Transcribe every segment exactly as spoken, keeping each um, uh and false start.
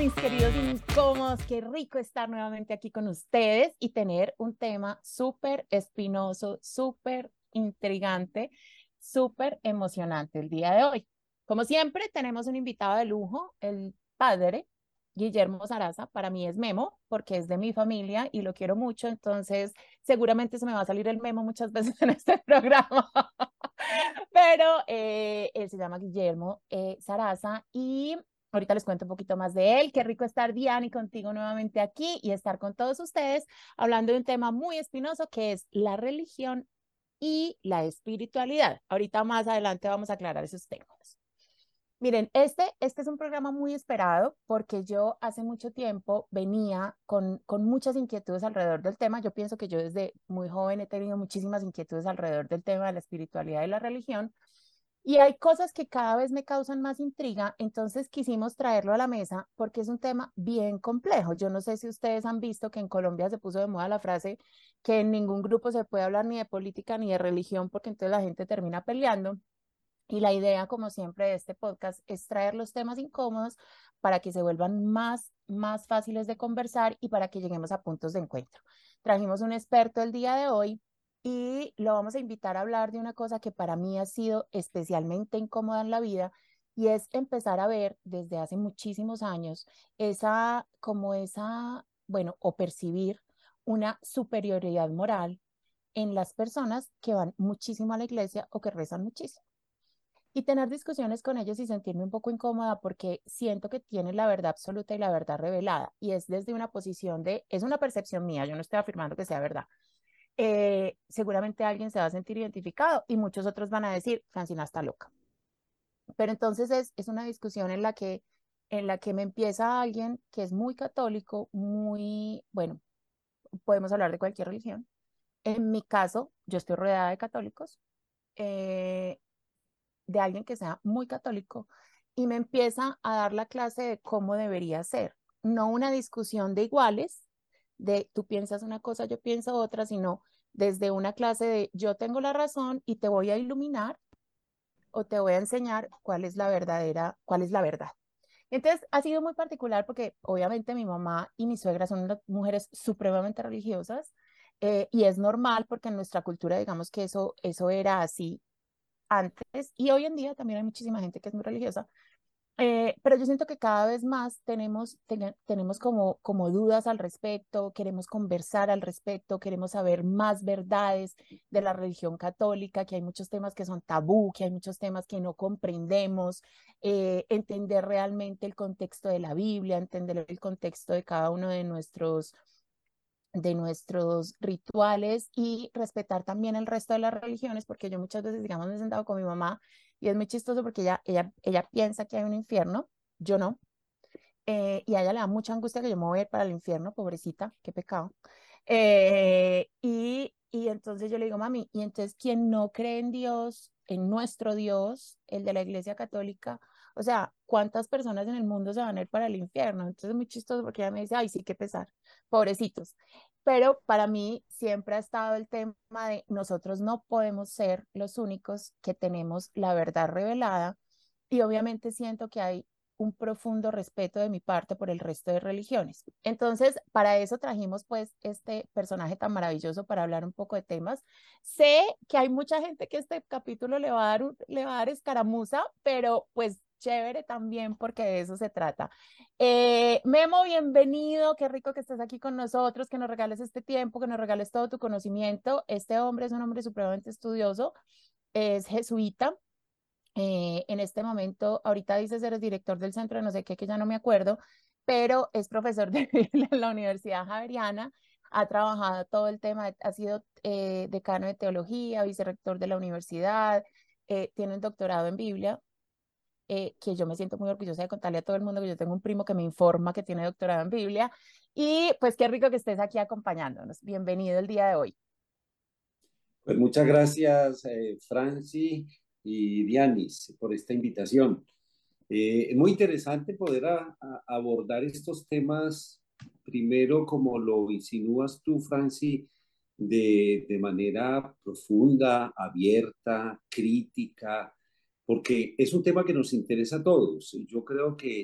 mis queridos incómodos, qué rico estar nuevamente aquí con ustedes y tener un tema súper espinoso, súper intrigante, súper emocionante el día de hoy. Como siempre, tenemos un invitado de lujo, el padre Guillermo Sarasa. Para mí es Memo porque es de mi familia y lo quiero mucho, entonces seguramente se me va a salir el Memo muchas veces en este programa. Pero eh, él se llama Guillermo eh, Sarasa y ahorita les cuento un poquito más de él. Qué rico estar, Diani, contigo nuevamente aquí y estar con todos ustedes hablando de un tema muy espinoso que es la religión y la espiritualidad. Ahorita más adelante vamos a aclarar esos temas. Miren, este, este es un programa muy esperado porque yo hace mucho tiempo venía con, con muchas inquietudes alrededor del tema. Yo pienso que yo desde muy joven he tenido muchísimas inquietudes alrededor del tema de la espiritualidad y la religión. Y hay cosas que cada vez me causan más intriga, entonces quisimos traerlo a la mesa porque es un tema bien complejo. Yo no sé si ustedes han visto que en Colombia se puso de moda la frase que en ningún grupo se puede hablar ni de política ni de religión porque entonces la gente termina peleando. Y la idea, como siempre, de este podcast es traer los temas incómodos para que se vuelvan más, más fáciles de conversar y para que lleguemos a puntos de encuentro. Trajimos un experto el día de hoy y lo vamos a invitar a hablar de una cosa que para mí ha sido especialmente incómoda en la vida y es empezar a ver desde hace muchísimos años esa, como esa, bueno, o percibir una superioridad moral en las personas que van muchísimo a la iglesia o que rezan muchísimo y tener discusiones con ellos y sentirme un poco incómoda porque siento que tienen la verdad absoluta y la verdad revelada. Y es desde una posición de, es una percepción mía, yo no estoy afirmando que sea verdad. Eh, seguramente alguien se va a sentir identificado y muchos otros van a decir, Francina está loca. Pero entonces es, es una discusión en la que, en la que me empieza alguien que es muy católico, muy, bueno, podemos hablar de cualquier religión. En mi caso, yo estoy rodeada de católicos. Eh, de alguien que sea muy católico y me empieza a dar la clase de cómo debería ser. No una discusión de iguales, de tú piensas una cosa, yo pienso otra, sino desde una clase de yo tengo la razón y te voy a iluminar o te voy a enseñar cuál es la verdadera, cuál es la verdad. Entonces ha sido muy particular porque obviamente mi mamá y mi suegra son unas mujeres supremamente religiosas eh, y es normal porque en nuestra cultura digamos que eso, eso era así antes y hoy en día también hay muchísima gente que es muy religiosa, eh, pero yo siento que cada vez más tenemos, ten, tenemos como, como dudas al respecto, queremos conversar al respecto, queremos saber más verdades de la religión católica, que hay muchos temas que son tabú, que hay muchos temas que no comprendemos, eh, entender realmente el contexto de la Biblia, entender el contexto de cada uno de nuestros de nuestros rituales y respetar también el resto de las religiones, porque yo muchas veces, digamos, me he sentado con mi mamá y es muy chistoso porque ella, ella, ella piensa que hay un infierno, yo no, eh, y a ella le da mucha angustia que yo me voy a ir para el infierno, pobrecita, qué pecado. Eh, y, y entonces yo le digo, mami, y entonces quien no cree en Dios, en nuestro Dios, el de la Iglesia Católica, o sea, ¿cuántas personas en el mundo se van a ir para el infierno? Entonces es muy chistoso porque ella me dice, ay, sí, qué pesar, pobrecitos. Pero para mí siempre ha estado el tema de nosotros no podemos ser los únicos que tenemos la verdad revelada y obviamente siento que hay un profundo respeto de mi parte por el resto de religiones. Entonces, para eso trajimos pues este personaje tan maravilloso para hablar un poco de temas. Sé que hay mucha gente que este capítulo le va a dar, un, le va a dar escaramuza, pero pues chévere también porque de eso se trata. Eh, Memo, bienvenido, qué rico que estés aquí con nosotros, que nos regales este tiempo, que nos regales todo tu conocimiento. Este hombre es un hombre supremamente estudioso, es jesuita, eh, en este momento, ahorita dice ser el director del centro de no sé qué, que ya no me acuerdo, pero es profesor de en la Universidad Javeriana, ha trabajado todo el tema, ha sido eh, decano de teología, vicerrector de la universidad, eh, tiene un doctorado en Biblia, eh, que yo me siento muy orgullosa de contarle a todo el mundo que yo tengo un primo que me informa que tiene doctorado en Biblia, y pues qué rico que estés aquí acompañándonos. Bienvenido el día de hoy. Pues muchas gracias, eh, Franci y Dianis, por esta invitación. Eh, es muy interesante poder a- a- abordar estos temas, primero como lo insinúas tú, Franci, de, de manera profunda, abierta, crítica, porque es un tema que nos interesa a todos. Yo creo que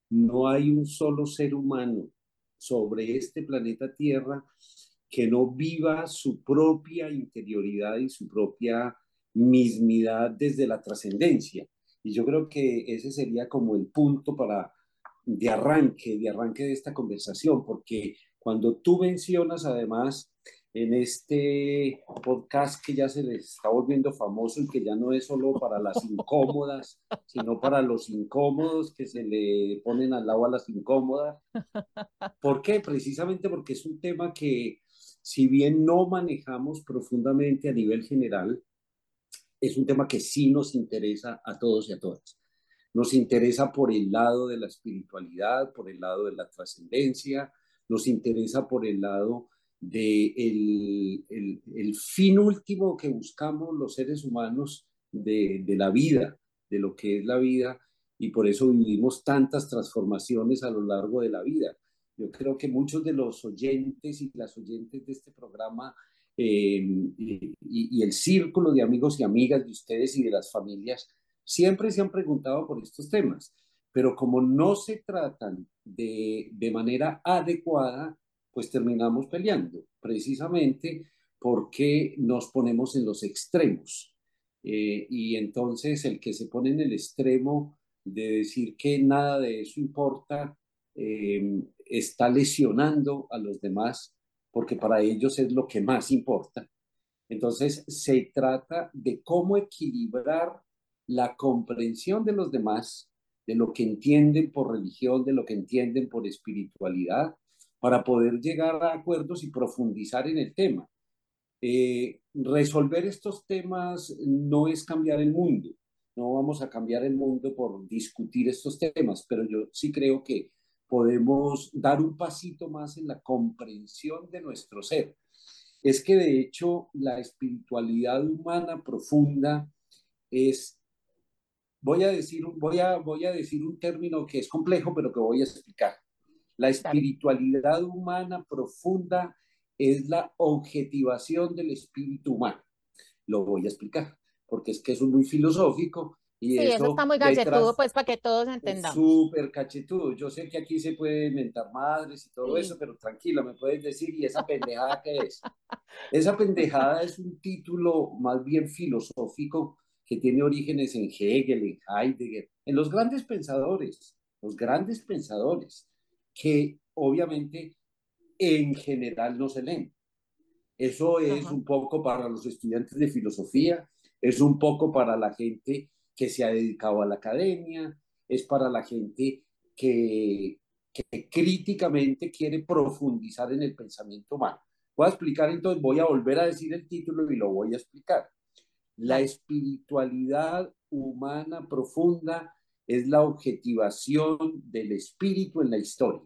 no hay un solo ser humano sobre este planeta Tierra que no viva su propia interioridad y su propia mismidad desde la trascendencia. Y yo creo que ese sería como el punto para de arranque, de arranque de esta conversación, porque cuando tú mencionas además en este podcast que ya se les está volviendo famoso y que ya no es solo para las incómodas, sino para los incómodos que se le ponen al lado a las incómodas. ¿Por qué? Precisamente porque es un tema que, si bien no manejamos profundamente a nivel general, es un tema que sí nos interesa a todos y a todas. Nos interesa por el lado de la espiritualidad, por el lado de la trascendencia, nos interesa por el lado de el, el, el fin último que buscamos los seres humanos de, de la vida, de lo que es la vida, y por eso vivimos tantas transformaciones a lo largo de la vida. Yo creo que muchos de los oyentes y las oyentes de este programa eh, y, y, el círculo de amigos y amigas de ustedes y de las familias siempre se han preguntado por estos temas, pero como no se tratan de, de manera adecuada, pues terminamos peleando, precisamente porque nos ponemos en los extremos. Eh, y entonces el que se pone en el extremo de decir que nada de eso importa, eh, está lesionando a los demás porque para ellos es lo que más importa. Entonces, se trata de cómo equilibrar la comprensión de los demás, de lo que entienden por religión, de lo que entienden por espiritualidad, para poder llegar a acuerdos y profundizar en el tema. Eh, resolver estos temas no es cambiar el mundo, no vamos a cambiar el mundo por discutir estos temas, pero yo sí creo que podemos dar un pasito más en la comprensión de nuestro ser. Es que de hecho la espiritualidad humana profunda es, voy a decir, voy a, voy a decir un término que es complejo, pero que voy a explicar. La Dale. espiritualidad humana profunda es la objetivación del espíritu humano. Lo voy a explicar, porque es que eso es muy filosófico y Sí, eso está eso muy galletudo, detrás pues para que todos es entendamos. súper cachetudo. Yo sé que aquí se puede inventar madres y todo eso, Sí. pero tranquila, me puedes decir, ¿y esa pendejada qué es? Esa pendejada es un título más bien filosófico que tiene orígenes en Hegel, en Heidegger, en los grandes pensadores, los grandes pensadores, que obviamente en general no se leen. Eso es Ajá. un poco para los estudiantes de filosofía, es un poco para la gente que se ha dedicado a la academia, es para la gente que, que críticamente quiere profundizar en el pensamiento humano. Voy a explicar entonces, voy a volver a decir el título y lo voy a explicar. La Dale. espiritualidad humana profunda es la objetivación del espíritu en la historia.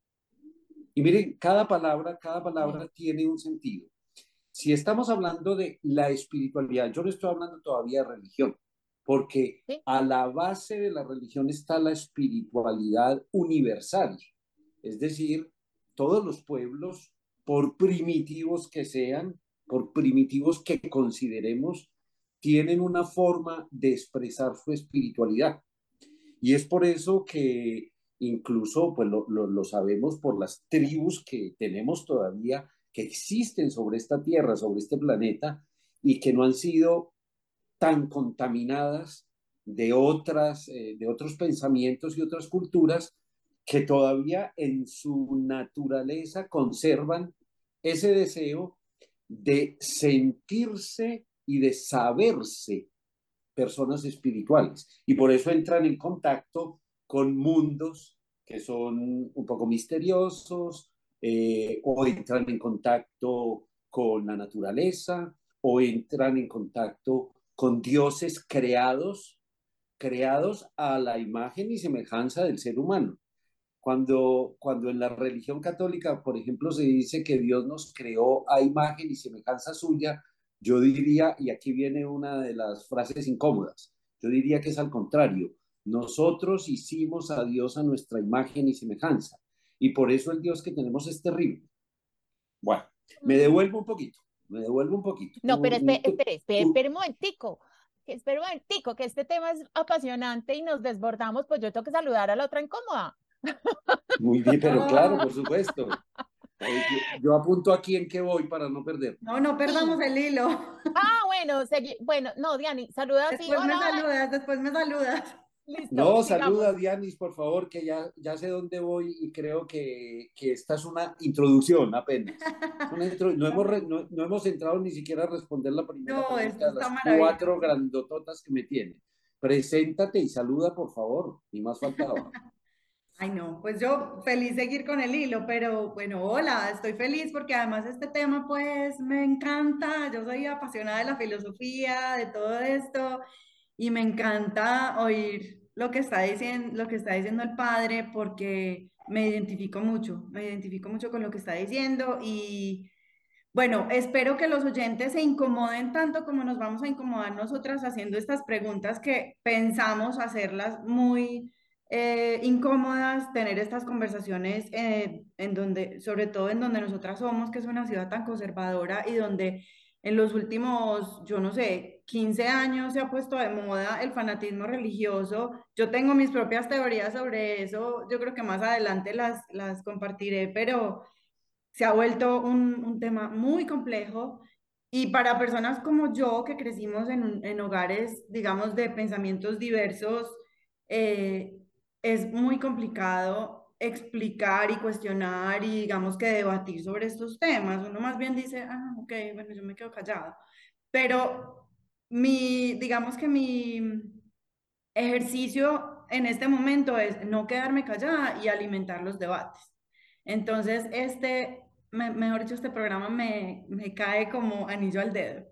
Y miren, cada palabra, cada Bien. palabra tiene un sentido. Si estamos hablando de la espiritualidad, yo no estoy hablando todavía de religión, porque Sí. a la base de la religión está la espiritualidad universal. Es decir, todos los pueblos, por primitivos que sean, por primitivos que consideremos, tienen una forma de expresar su espiritualidad. Y es por eso que incluso, pues lo, lo, lo sabemos por las tribus que tenemos todavía, que existen sobre esta tierra, sobre este planeta, y que no han sido tan contaminadas de, otras, eh, de otros pensamientos y otras culturas que todavía en su naturaleza conservan ese deseo de sentirse y de saberse personas espirituales. Y por eso entran en contacto con mundos que son un poco misteriosos, eh, o entran en contacto con la naturaleza, o entran en contacto con dioses creados, creados a la imagen y semejanza del ser humano. Cuando, cuando en la religión católica, por ejemplo, se dice que Dios nos creó a imagen y semejanza suya, yo diría, y aquí viene una de las frases incómodas, yo diría que es al contrario. Nosotros hicimos a Dios a nuestra imagen y semejanza, y por eso el Dios que tenemos es terrible. Bueno, me Mm. devuelvo un poquito, me devuelvo un poquito. No, pero espere, Un, espere, espere, un, espere un momentico. Que espere un momentico, que este tema es apasionante y nos desbordamos, pues yo tengo que saludar a la otra incómoda. Muy bien, pero claro, Oh, por supuesto. Eh, yo, yo apunto aquí en qué voy para no perder. no, no perdamos Sí. el hilo. Ah, bueno, segui- bueno, no, Diani, saluda así. Después Hola, me hola. saludas, después me saludas. Listo, No, sigamos. saluda, Dianis, por favor, que ya, ya sé dónde voy y creo que, que esta es una introducción apenas. Es una intro- no, hemos re- no, no hemos entrado ni siquiera a responder la primera No, esto pregunta de está las cuatro maravilloso. grandototas que me tiene. Preséntate y saluda, por favor, ni más faltaba. Ay, no, pues yo feliz seguir con el hilo, pero bueno, hola, estoy feliz porque además este tema pues me encanta, yo soy apasionada de la filosofía, de todo esto, y me encanta oír lo que está diciendo, lo que está diciendo el padre porque me identifico mucho, me identifico mucho con lo que está diciendo y bueno, espero que los oyentes se incomoden tanto como nos vamos a incomodar nosotras haciendo estas preguntas que pensamos hacerlas muy eh, incómodas, tener estas conversaciones eh, en donde, sobre todo en donde nosotras somos, que es una ciudad tan conservadora y donde en los últimos, yo no sé, quince años se ha puesto de moda el fanatismo religioso. Yo tengo mis propias teorías sobre eso, yo creo que más adelante las, las compartiré, pero se ha vuelto un, un tema muy complejo y para personas como yo que crecimos en, un- en hogares, digamos, de pensamientos diversos, eh, es muy complicado explicar y cuestionar y digamos que debatir sobre estos temas. Uno más bien dice, ah, ok, bueno, yo me quedo callado. Pero mi, digamos que mi ejercicio en este momento es no quedarme callada y alimentar los debates. Entonces, este, me- mejor dicho, este programa me, me cae como anillo al dedo.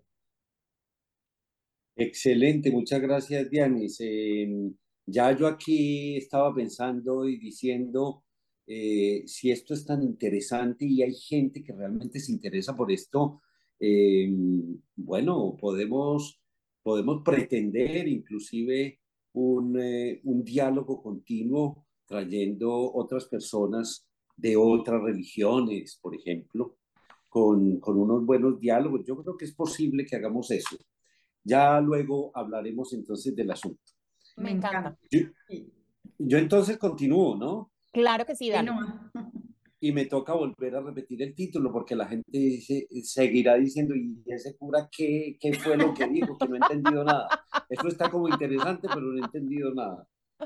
Excelente, muchas gracias, Dianis. Eh, ya yo aquí estaba pensando y diciendo, eh, si esto es tan interesante y hay gente que realmente se interesa por esto, eh, bueno, podemos, podemos pretender inclusive un, eh, un diálogo continuo trayendo otras personas de otras religiones, por ejemplo, con, con unos buenos diálogos. Yo creo que es posible que hagamos eso. Ya luego hablaremos entonces del asunto. Me Me encanta. encanta. Yo, Sí, yo entonces continúo, ¿no? Claro que sí, sí, dale. no. Y me toca volver a repetir el título porque la gente dice, seguirá diciendo, ¿y ese cura qué, qué fue lo que dijo? Que no he entendido nada. Eso está como interesante, pero no he entendido nada.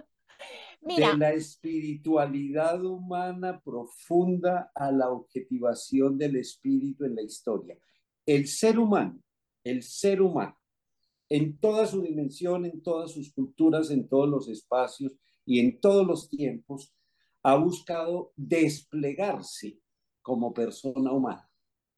De Mira, la espiritualidad humana profunda a la objetivación del espíritu en la historia. El ser humano, el ser humano en toda su dimensión, en todas sus culturas, en todos los espacios y en todos los tiempos, ha buscado desplegarse como persona humana,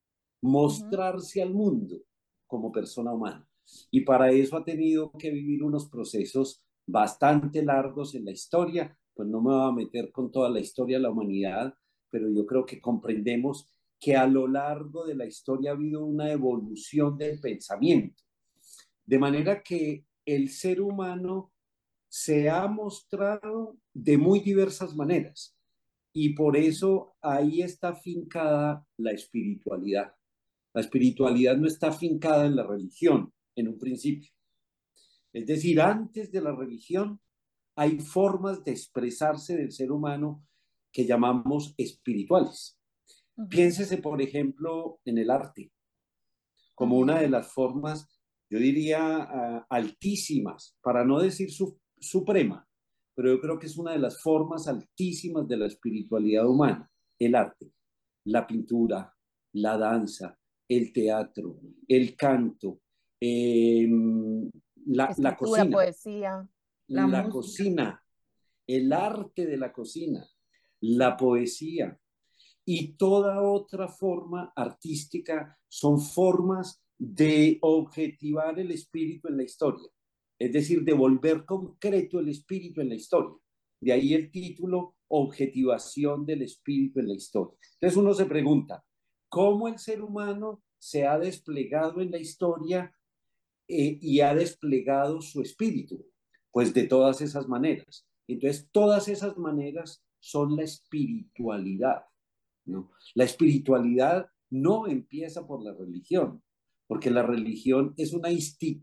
ujú, mostrarse al mundo como persona humana. Y para eso ha tenido que vivir unos procesos bastante largos en la historia, pues no me voy a meter con toda la historia de la humanidad, pero yo creo que comprendemos que a lo largo de la historia ha habido una evolución del pensamiento de manera que el ser humano se ha mostrado de muy diversas maneras y por eso ahí está fincada la espiritualidad. La espiritualidad no está fincada en la religión en un principio. Es decir, antes de la religión hay formas de expresarse del ser humano que llamamos espirituales. ujú, Piénsese, por ejemplo, en el arte como una de Ujú. las formas, yo diría, uh, altísimas, para no decir su, suprema, pero yo creo que es una de las formas altísimas de la espiritualidad humana, el arte, la pintura, la danza, el teatro, el canto, eh, la, la escritura, cocina, poesía. La la música. cocina, el arte de la cocina, la poesía, y toda otra forma artística son formas de objetivar el espíritu en la historia, es decir, de volver concreto el espíritu en la historia. De ahí el título, Objetivación del espíritu en la historia. Entonces uno se pregunta, ¿cómo el ser humano se ha desplegado en la historia eh, y ha desplegado su espíritu? Pues de todas esas maneras. Entonces, todas esas maneras son la espiritualidad. ¿No? La espiritualidad no empieza por la religión, porque la religión es una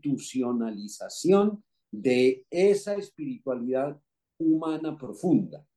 institucionalización de esa espiritualidad humana profunda.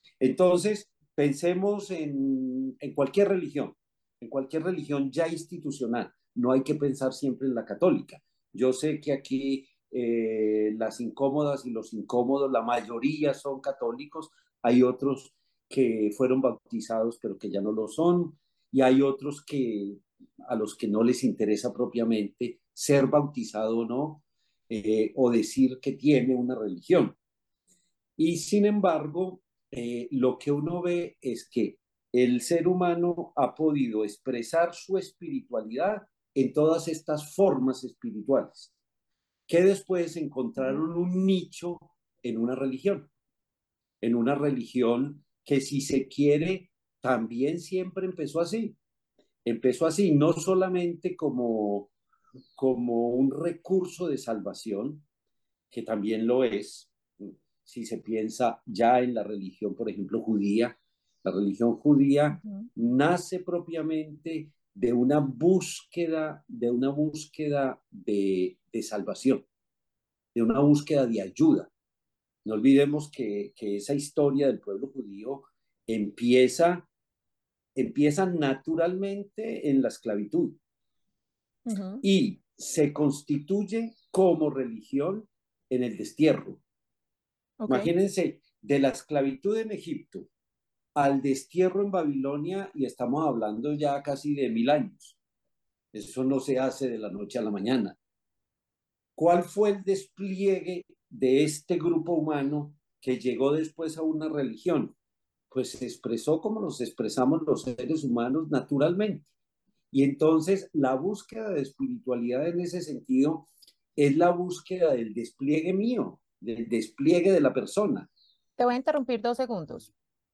Entonces, pensemos en, en cualquier religión, en cualquier religión ya institucional. No hay que pensar siempre en la católica. Yo sé que aquí eh, las incómodas y los incómodos, la mayoría son católicos, hay otros que fueron bautizados pero que ya no lo son, y hay otros que a los que no les interesa propiamente ser bautizado o no, eh, o decir que tiene una religión. Y sin embargo, eh, lo que uno ve es que el ser humano ha podido expresar su espiritualidad en todas estas formas espirituales, que después encontraron un nicho en una religión, en una religión que si se quiere, también siempre empezó así. Empezó así, no solamente como, como un recurso de salvación, que también lo es, si se piensa ya en la religión, por ejemplo, judía. La religión judía Ujú. nace propiamente de una búsqueda, de una búsqueda de, de salvación, de una búsqueda de ayuda. No olvidemos que, que esa historia del pueblo judío empieza, empieza naturalmente en la esclavitud Ujú. y se constituye como religión en el destierro. Ok. Imagínense, de la esclavitud en Egipto al destierro en Babilonia, y estamos hablando ya casi de mil años. Eso no se hace de la noche a la mañana. ¿Cuál fue el despliegue de este grupo humano que llegó después a una religión? Pues se expresó como nos expresamos los seres humanos naturalmente. Y entonces la búsqueda de espiritualidad en ese sentido es la búsqueda del despliegue mío, del despliegue de la persona. Te voy a interrumpir dos segundos.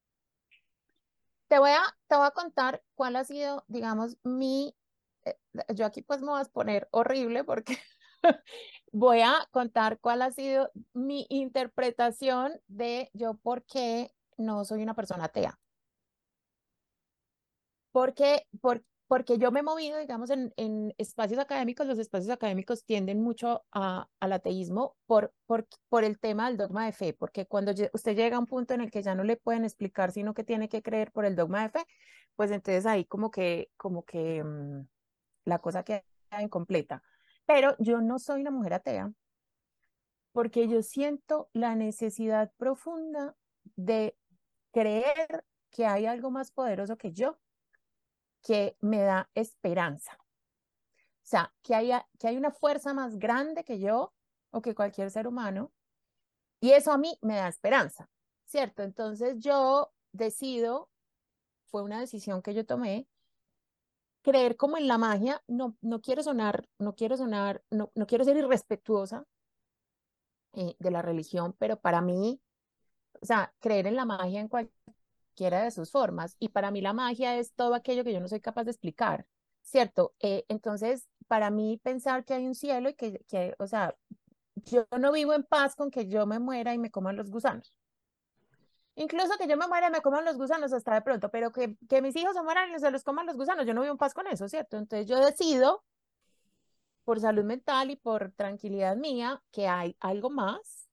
Te voy a, te voy a contar cuál ha sido, digamos, mi, eh, yo aquí pues me voy a poner horrible porque voy a contar cuál ha sido mi interpretación de yo por qué no soy una persona atea. Porque, por, porque yo me he movido, digamos, en, en espacios académicos, los espacios académicos tienden mucho a, al ateísmo por, por, por el tema del dogma de fe, porque cuando lle- usted llega a un punto en el que ya no le pueden explicar, sino que tiene que creer por el dogma de fe, pues entonces ahí como que, como que mm, la cosa queda incompleta. Pero yo no soy una mujer atea porque yo siento la necesidad profunda de creer que hay algo más poderoso que yo que me da esperanza. O sea, que, haya, que hay una fuerza más grande que yo o que cualquier ser humano y eso a mí me da esperanza, ¿cierto? Entonces yo decido, fue una decisión que yo tomé, creer como en la magia, no, no quiero sonar, no quiero sonar, no, no quiero ser irrespetuosa eh, de la religión, pero para mí, o sea, creer en la magia en cualquiera de sus formas. Y para mí la magia es todo aquello que yo no soy capaz de explicar, ¿cierto? Eh, entonces, para mí pensar que hay un cielo y que, que, o sea, yo no vivo en paz con que yo me muera y me coman los gusanos. Incluso que yo me muera y me coman los gusanos hasta de pronto, pero que, que mis hijos se mueran y se los coman los gusanos, yo no vivo en paz con eso, ¿cierto? Entonces yo decido, por salud mental y por tranquilidad mía, que hay algo más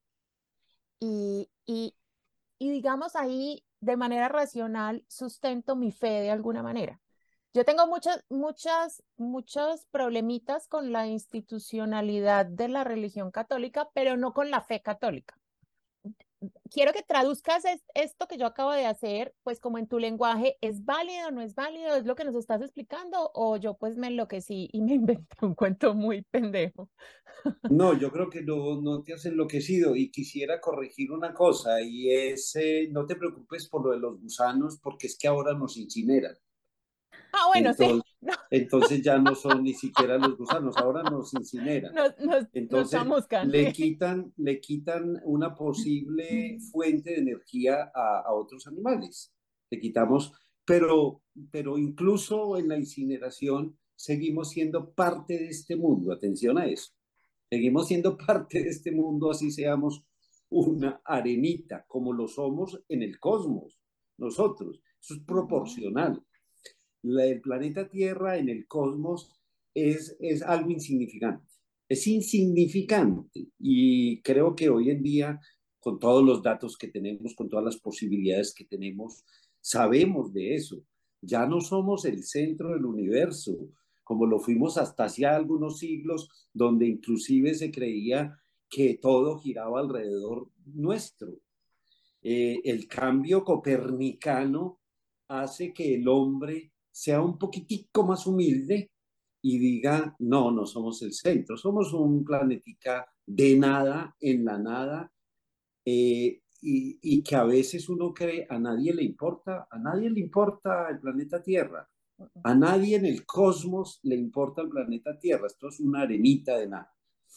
y, y, y digamos ahí de manera racional sustento mi fe de alguna manera. Yo tengo muchas, muchas, muchos problemitas con la institucionalidad de la religión católica, pero no con la fe católica. Quiero que traduzcas es, esto que yo acabo de hacer, pues como en tu lenguaje, ¿es válido, no es válido? ¿Es lo que nos estás explicando? O yo pues me enloquecí y me inventé un cuento muy pendejo. No, yo creo que no, no te has enloquecido y quisiera corregir una cosa y es, eh, no te preocupes por lo de los gusanos porque es que ahora nos incineran. Ah, bueno, sí, Entonces, no, entonces ya no son ni siquiera los gusanos, ahora nos incineran. nos, nos, nos Entonces chamuscan. le quitan, le quitan una posible fuente de energía a, a otros animales. Le quitamos, pero, pero incluso en la incineración seguimos siendo parte de este mundo. Atención a eso. Seguimos siendo parte de este mundo, así seamos una arenita, como lo somos en el cosmos, nosotros. Eso es Ujú. proporcional. La, el planeta Tierra en el cosmos es, es algo insignificante. Es insignificante y creo que hoy en día, con todos los datos que tenemos, con todas las posibilidades que tenemos, sabemos de eso. Ya no somos el centro del universo, como lo fuimos hasta hace algunos siglos, donde inclusive se creía que todo giraba alrededor nuestro. Eh, el cambio copernicano hace que el hombre sea un poquitico más humilde y diga, no, no somos el centro, somos un planetica de nada, en la nada, eh, y, y que a veces uno cree, a nadie le importa, a nadie le importa el planeta Tierra, a nadie en el cosmos le importa el planeta Tierra, esto es una arenita de nada.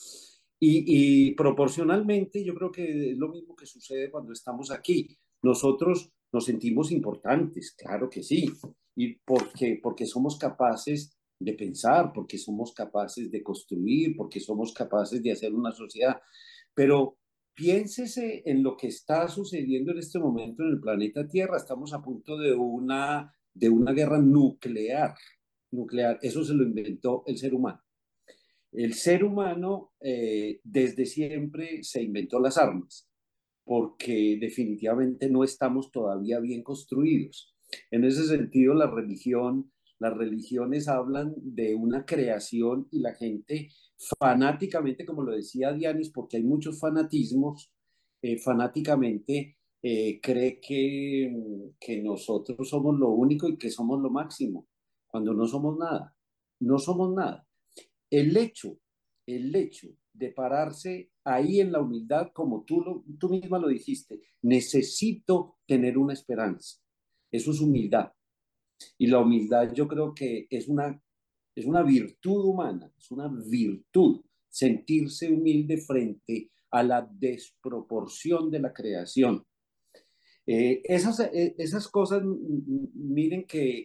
Y, y proporcionalmente yo creo que es lo mismo que sucede cuando estamos aquí. Nosotros nos sentimos importantes, claro que sí, y porque, porque somos capaces de pensar, porque somos capaces de construir, porque somos capaces de hacer una sociedad. Pero piénsese en lo que está sucediendo en este momento en el planeta Tierra. Estamos a punto de una, de una guerra nuclear. Nuclear. Eso se lo inventó el ser humano. El ser humano eh, desde siempre se inventó las armas, porque definitivamente no estamos todavía bien construidos. En ese sentido, la religión, las religiones hablan de una creación y la gente fanáticamente, como lo decía Dianis, porque hay muchos fanatismos, eh, fanáticamente eh, cree que, que nosotros somos lo único y que somos lo máximo, cuando no somos nada, no somos nada. El hecho, el hecho de pararse ahí en la humildad, como tú, lo, tú misma lo dijiste, necesito tener una esperanza. Eso es humildad. Y la humildad yo creo que es una, es una virtud humana, es una virtud sentirse humilde frente a la desproporción de la creación. Eh, esas, eh, esas cosas, miren que,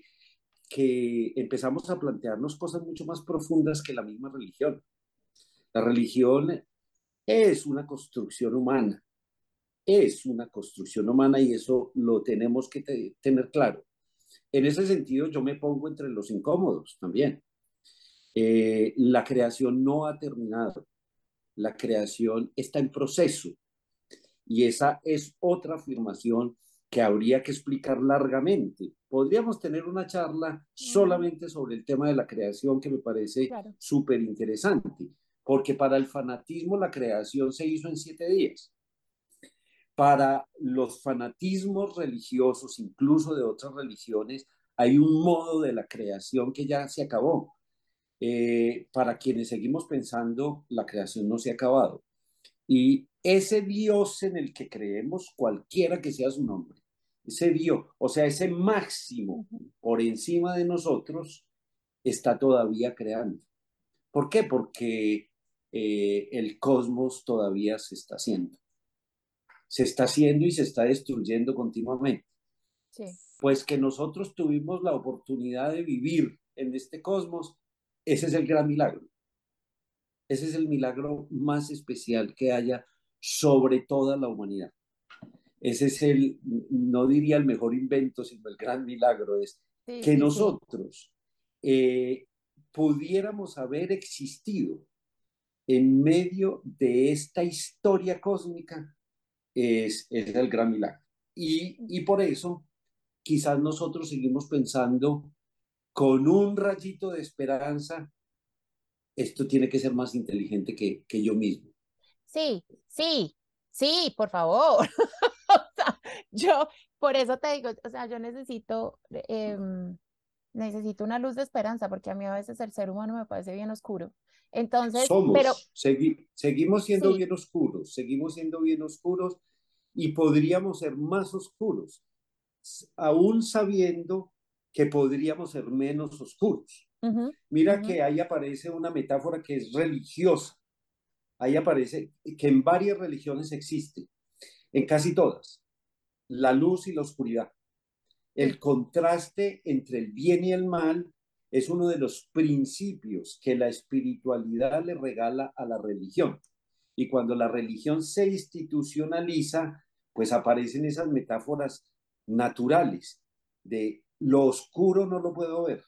que empezamos a plantearnos cosas mucho más profundas que la misma religión. La religión es una construcción humana, es una construcción humana y eso lo tenemos que te tener claro. En ese sentido, yo me pongo entre los incómodos también. Eh, la creación no ha terminado, la creación está en proceso y esa es otra afirmación que habría que explicar largamente. Podríamos tener una charla solamente sobre el tema de la creación que me parece Claro. súper interesante, porque para el fanatismo la creación se hizo en siete días. Para los fanatismos religiosos, incluso de otras religiones, hay un modo de la creación que ya se acabó. Eh, para quienes seguimos pensando, la creación no se ha acabado. Y ese Dios en el que creemos, cualquiera que sea su nombre, ese Dios, o sea, ese máximo por encima de nosotros, está todavía creando. ¿Por qué? Porque eh, el cosmos todavía se está haciendo. Se está haciendo y se está destruyendo continuamente. Sí. Pues que nosotros tuvimos la oportunidad de vivir en este cosmos, ese es el gran milagro. Ese es el milagro más especial que haya sobre toda la humanidad. Ese es el, no diría el mejor invento, sino el gran milagro, es Sí, que sí, sí. nosotros eh, pudiéramos haber existido en medio de esta historia cósmica, es, es el gran milagro. Y, y por eso quizás nosotros seguimos pensando con un rayito de esperanza, esto tiene que ser más inteligente que, que yo mismo. Sí, sí, sí, por favor. O sea, yo, por eso te digo, o sea, yo necesito, em, necesito una luz de esperanza, porque a mí a veces el ser humano me parece bien oscuro. Entonces, pero Somos, segui, seguimos siendo sí, bien oscuros, seguimos siendo bien oscuros y podríamos ser más oscuros, aún sabiendo que podríamos ser menos oscuros. ujú, Mira ujú, que ahí aparece una metáfora que es religiosa. Ahí aparece que en varias religiones existe, en casi todas, la luz y la oscuridad. El sí, contraste entre el bien y el mal es uno de los principios que la espiritualidad le regala a la religión. Y cuando la religión se institucionaliza, pues aparecen esas metáforas naturales de lo oscuro no lo puedo ver,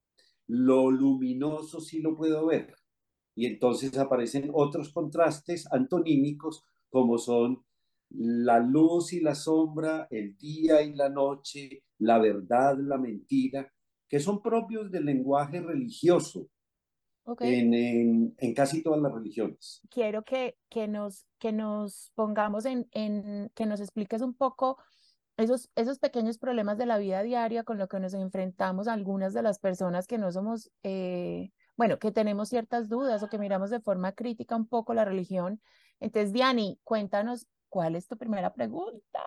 lo luminoso sí lo puedo ver. Y entonces aparecen otros contrastes antonímicos como son la luz y la sombra, el día y la noche, la verdad, la mentira, que son propios del lenguaje religioso Ok. en, en, en casi todas las religiones. Quiero que, que nos, que nos pongamos en, en, que nos expliques un poco esos, esos pequeños problemas de la vida diaria con lo que nos enfrentamos algunas de las personas que no somos, eh, bueno, que tenemos ciertas dudas o que miramos de forma crítica un poco la religión. Entonces, Diani, cuéntanos, ¿cuál es tu primera pregunta?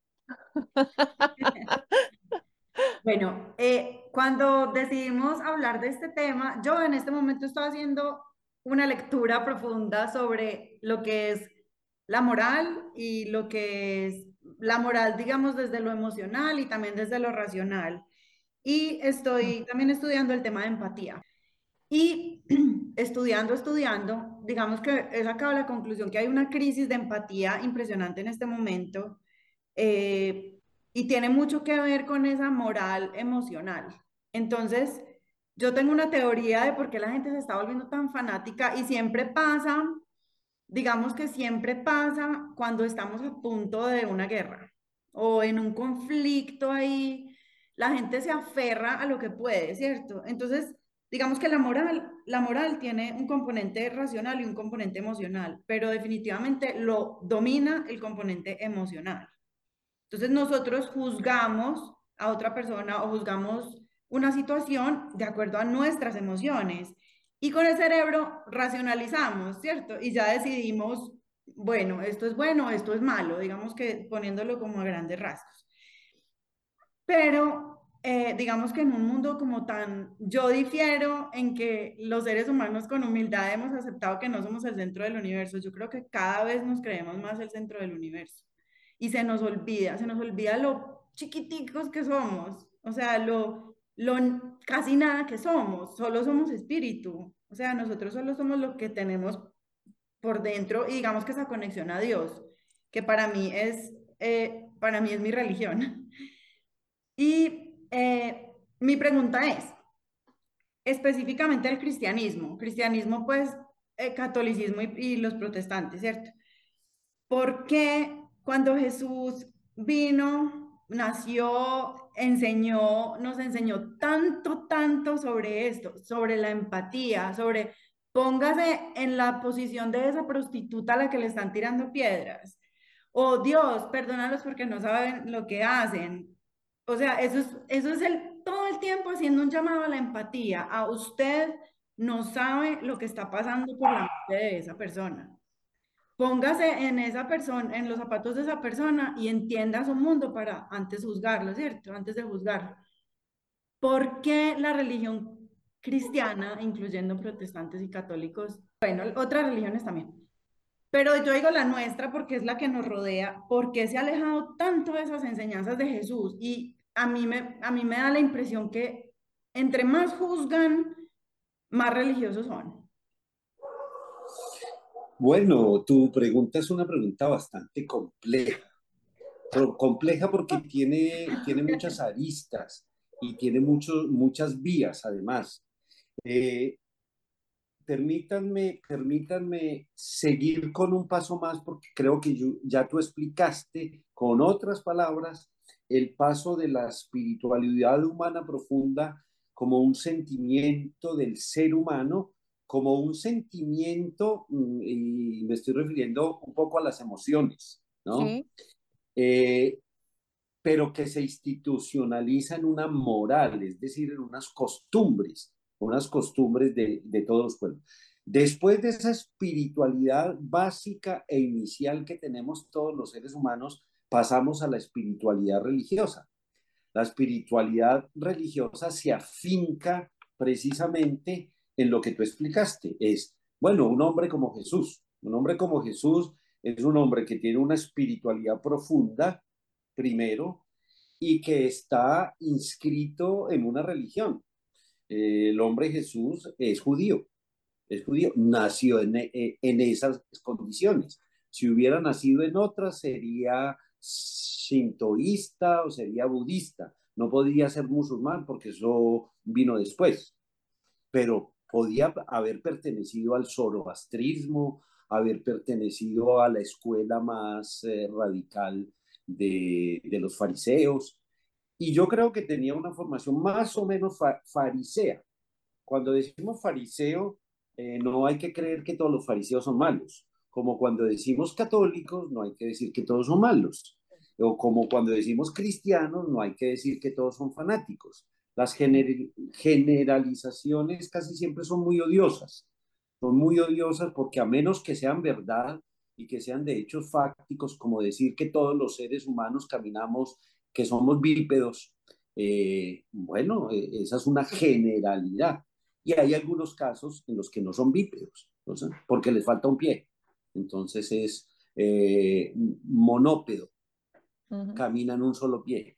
Bueno, eh, cuando decidimos hablar de este tema, yo en este momento estoy haciendo una lectura profunda sobre lo que es la moral y lo que es la moral, digamos, desde lo emocional y también desde lo racional. Y estoy también estudiando el tema de empatía. Y estudiando, estudiando, digamos que he sacado la conclusión que hay una crisis de empatía impresionante en este momento, eh, y tiene mucho que ver con esa moral emocional. Entonces, yo tengo una teoría de por qué la gente se está volviendo tan fanática y siempre pasa, digamos que siempre pasa cuando estamos a punto de una guerra o en un conflicto ahí, la gente se aferra a lo que puede, ¿cierto? Entonces, digamos que la moral, la moral tiene un componente racional y un componente emocional, pero definitivamente lo domina el componente emocional. Entonces nosotros juzgamos a otra persona o juzgamos una situación de acuerdo a nuestras emociones y con el cerebro racionalizamos, ¿cierto? Y ya decidimos, bueno, esto es bueno, esto es malo, digamos que poniéndolo como a grandes rasgos. Pero eh, digamos que en un mundo como tan, yo difiero en que los seres humanos con humildad hemos aceptado que no somos el centro del universo. Yo creo que cada vez nos creemos más el centro del universo. Y se nos olvida, se nos olvida lo chiquiticos que somos, o sea, lo, lo casi nada que somos, solo somos espíritu. O sea, nosotros solo somos lo que tenemos por dentro y digamos que esa conexión a Dios, que para mí es, eh, para mí es mi religión. Y eh, mi pregunta es, específicamente el cristianismo, cristianismo pues eh, catolicismo y, y los protestantes, ¿cierto? ¿Por qué cuando Jesús vino, nació, enseñó, nos enseñó tanto, tanto sobre esto, sobre la empatía, sobre póngase en la posición de esa prostituta a la que le están tirando piedras? O Dios, perdónalos porque no saben lo que hacen. O sea, eso es, eso es el, todo el tiempo haciendo un llamado a la empatía. A usted no sabe lo que está pasando por la mente de esa persona. Póngase en esa persona, en los zapatos de esa persona y entienda su mundo para antes juzgarlo, ¿cierto? Antes de juzgarlo. ¿Por qué la religión cristiana, incluyendo protestantes y católicos, bueno, otras religiones también, pero yo digo la nuestra porque es la que nos rodea, por qué se ha alejado tanto de esas enseñanzas de Jesús? Y a mí me, a mí me da la impresión que entre más juzgan, más religiosos son. Bueno, tu pregunta es una pregunta bastante compleja. Pero compleja porque tiene, tiene muchas aristas y tiene muchos, muchas vías además. Eh, permítanme, permítanme seguir con un paso más porque creo que yo, ya tú explicaste con otras palabras el paso de la espiritualidad humana profunda como un sentimiento del ser humano, como un sentimiento, mm, y me estoy refiriendo un poco a las emociones, ¿no? Sí, Eh, pero que se institucionaliza en una moral, es decir, en unas costumbres, unas costumbres de, de todos los pueblos. Después de esa espiritualidad básica e inicial que tenemos todos los seres humanos, pasamos a la espiritualidad religiosa. La espiritualidad religiosa se afinca precisamente en lo que tú explicaste. Es, bueno, un hombre como Jesús. Un hombre como Jesús es un hombre que tiene una espiritualidad profunda, primero, y que está inscrito en una religión. Eh, el hombre Jesús es judío, es judío, nació en, eh, en esas condiciones. Si hubiera nacido en otras, sería sintoísta o sería budista. No podría ser musulmán porque eso vino después, pero podía haber pertenecido al zoroastrismo, haber pertenecido a la escuela más eh, radical de, de los fariseos. Y yo creo que tenía una formación más o menos fa farisea. Cuando decimos fariseo, eh, no hay que creer que todos los fariseos son malos. Como cuando decimos católicos, no hay que decir que todos son malos. O como cuando decimos cristianos, no hay que decir que todos son fanáticos. Las gener generalizaciones casi siempre son muy odiosas. Son muy odiosas porque a menos que sean verdad y que sean de hechos fácticos, como decir que todos los seres humanos caminamos, que somos bípedos, eh, bueno, eh, esa es una generalidad. Y hay algunos casos en los que no son bípedos, ¿no? Porque les falta un pie. Entonces es eh, monópedo, Ujú. caminan un solo pie.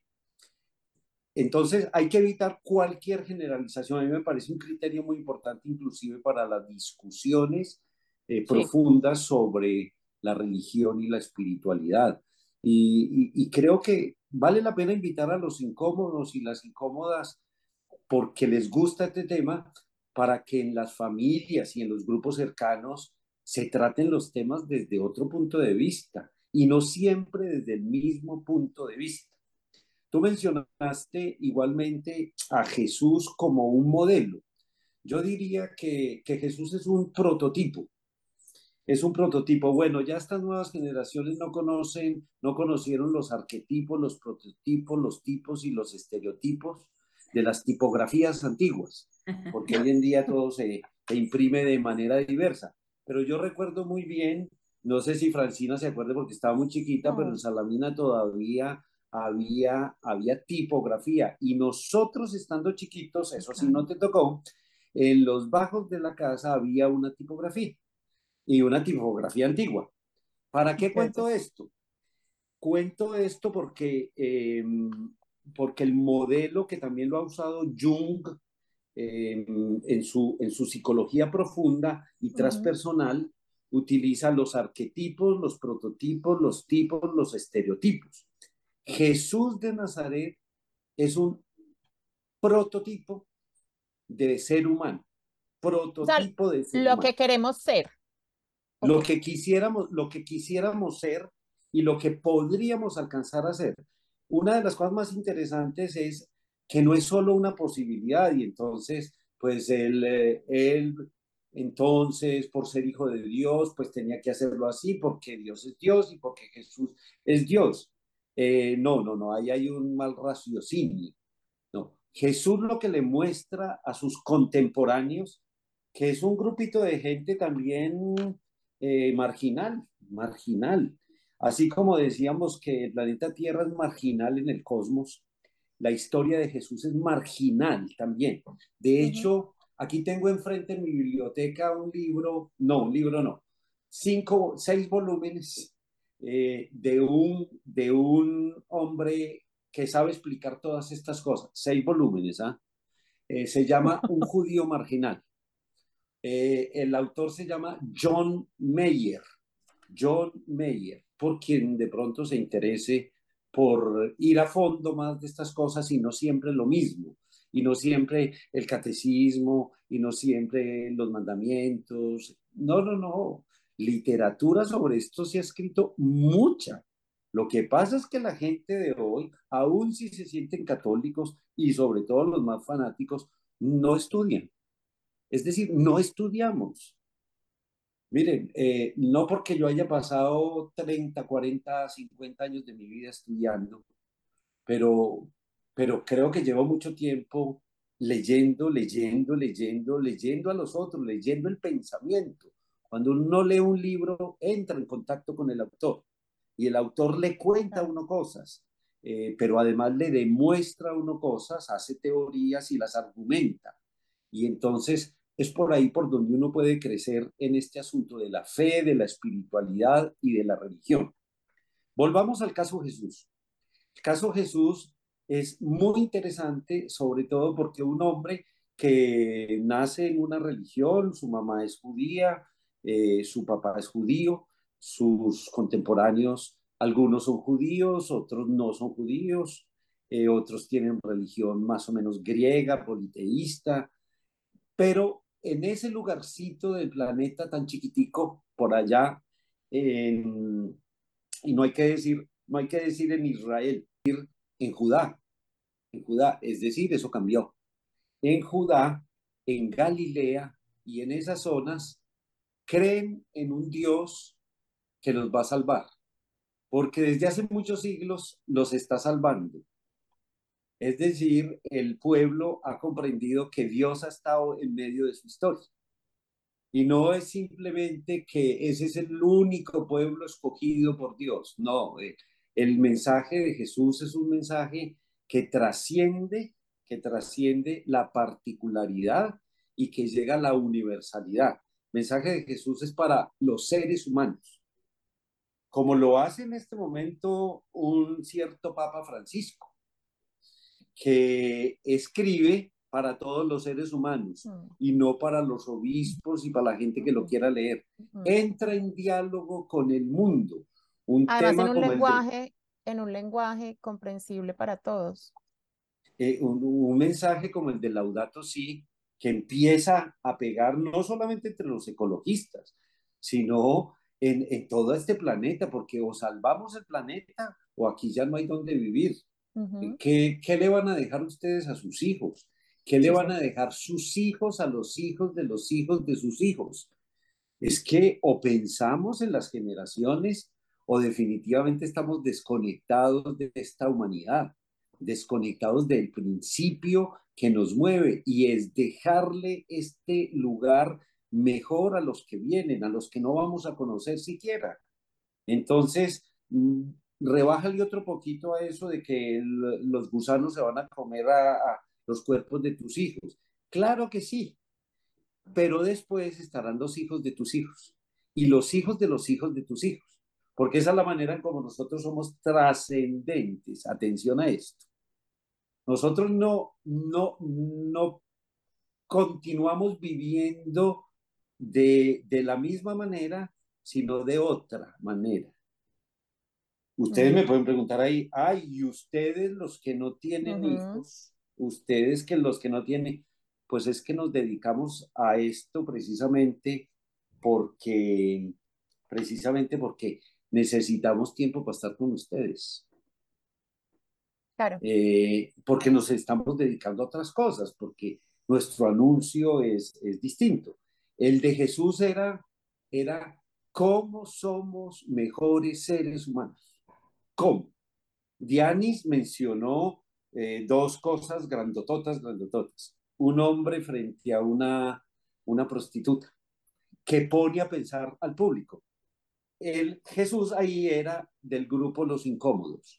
Entonces hay que evitar cualquier generalización. A mí me parece un criterio muy importante, inclusive para las discusiones eh, Sí. profundas sobre la religión y la espiritualidad. Y, y, y creo que vale la pena invitar a los incómodos y las incómodas porque les gusta este tema, para que en las familias y en los grupos cercanos se traten los temas desde otro punto de vista y no siempre desde el mismo punto de vista. Tú mencionaste igualmente a Jesús como un modelo. Yo diría que, que Jesús es un prototipo. Es un prototipo. Bueno, ya estas nuevas generaciones no conocen, no conocieron los arquetipos, los prototipos, los tipos y los estereotipos de las tipografías antiguas, porque hoy en día todo se, se imprime de manera diversa. Pero yo recuerdo muy bien, no sé si Francina se acuerda porque estaba muy chiquita, pero en Oh, Salamina todavía había, había tipografía y nosotros estando chiquitos, eso sí no claro. te tocó, en los bajos de la casa había una tipografía y una tipografía antigua. ¿Para qué Entonces, cuento esto? Cuento esto porque, eh, porque el modelo que también lo ha usado Jung eh, en, su, en su psicología profunda y ujú. transpersonal, utiliza los arquetipos, los prototipos, los tipos, los estereotipos. Jesús de Nazaret es un prototipo de ser humano, O sea, prototipo de ser lo que humano. queremos ser. Ok. Lo que quisiéramos, lo que quisiéramos ser y lo que podríamos alcanzar a ser. Una de las cosas más interesantes es que no es solo una posibilidad y entonces, pues él, eh, él entonces, por ser hijo de Dios, pues tenía que hacerlo así porque Dios es Dios y porque Jesús es Dios. Eh, no, no, no, ahí hay un mal raciocinio. No, Jesús lo que le muestra a sus contemporáneos, que es un grupito de gente también eh, marginal, marginal. Así como decíamos que el planeta Tierra es marginal en el cosmos, la historia de Jesús es marginal también. De Ujú. hecho, aquí tengo enfrente en mi biblioteca un libro, no, un libro no, cinco, seis volúmenes eh, de, un, de un hombre que sabe explicar todas estas cosas, seis volúmenes, ¿ah? Eh, se llama Un judío marginal. Eh, el autor se llama John Mayer, John Mayer, por quien de pronto se interese por ir a fondo más de estas cosas y no siempre lo mismo, y no siempre el catecismo, y no siempre los mandamientos. No, no, no. Literatura sobre esto se ha escrito mucha. Lo que pasa es que la gente de hoy, aun si se sienten católicos y sobre todo los más fanáticos, no estudian. Es decir, no estudiamos. Miren, eh, no porque yo haya pasado treinta, cuarenta, cincuenta años de mi vida estudiando, pero, pero creo que llevo mucho tiempo leyendo, leyendo, leyendo, leyendo a los otros, leyendo el pensamiento. Cuando uno lee un libro, entra en contacto con el autor y el autor le cuenta a Claro. uno cosas, eh, pero además le demuestra a uno cosas, hace teorías y las argumenta. Y entonces es por ahí por donde uno puede crecer en este asunto de la fe, de la espiritualidad y de la religión. Volvamos al caso Jesús. El caso Jesús es muy interesante, sobre todo porque un hombre que nace en una religión, su mamá es judía, eh, su papá es judío, sus contemporáneos, algunos son judíos, otros no son judíos, eh, otros tienen religión más o menos griega, politeísta, pero en ese lugarcito del planeta tan chiquitico, por allá, en, y no hay que decir, no hay que decir en Israel, en Judá, en Judá, es decir, eso cambió. En Judá, en Galilea y en esas zonas, creen en un Dios que los va a salvar, porque desde hace muchos siglos los está salvando. Es decir, el pueblo ha comprendido que Dios ha estado en medio de su historia. Y no es simplemente que ese es el único pueblo escogido por Dios. No, eh, el mensaje de Jesús es un mensaje que trasciende, que trasciende la particularidad y que llega a la universalidad. El mensaje de Jesús es para los seres humanos, como lo hace en este momento un cierto Papa Francisco, que escribe para todos los seres humanos Mm. y no para los obispos y para la gente que lo quiera leer. Mm. Entra en diálogo con el mundo. Un Además, en tema un como el de, lenguaje, en un lenguaje comprensible para todos. eh, un, un mensaje como el de Laudato Si, que empieza a pegar no solamente entre los ecologistas, sino en, en todo este planeta, porque o salvamos el planeta o aquí ya no hay donde vivir. Ujú. ¿Qué, ¿Qué le van a dejar ustedes a sus hijos? ¿Qué le Sí, van sí. a dejar sus hijos a los hijos de los hijos de sus hijos? Es que o pensamos en las generaciones o definitivamente estamos desconectados de esta humanidad, desconectados del principio que nos mueve y es dejarle este lugar mejor a los que vienen, a los que no vamos a conocer siquiera. Entonces, mm, rebájale otro poquito a eso de que el- los gusanos se van a comer a, a los cuerpos de tus hijos. Claro que sí, pero después estarán los hijos de tus hijos y los hijos de los hijos de tus hijos, porque esa es la manera en como nosotros somos trascendentes. Atención a esto. Nosotros no, no, no continuamos viviendo de, de la misma manera, sino de otra manera. Ustedes me Ujú. pueden preguntar ahí, ay, y ustedes los que no tienen Ujú. hijos, ustedes que los que no tienen, pues es que nos dedicamos a esto precisamente porque, precisamente porque necesitamos tiempo para estar con ustedes, Claro. eh, porque nos estamos dedicando a otras cosas, porque nuestro anuncio es, es distinto. El de Jesús era, era cómo somos mejores seres humanos. ¿Cómo? Dianis mencionó eh, dos cosas grandototas, grandototas. Un hombre frente a una, una prostituta que pone a pensar al público. El Jesús ahí era del grupo Los Incómodos,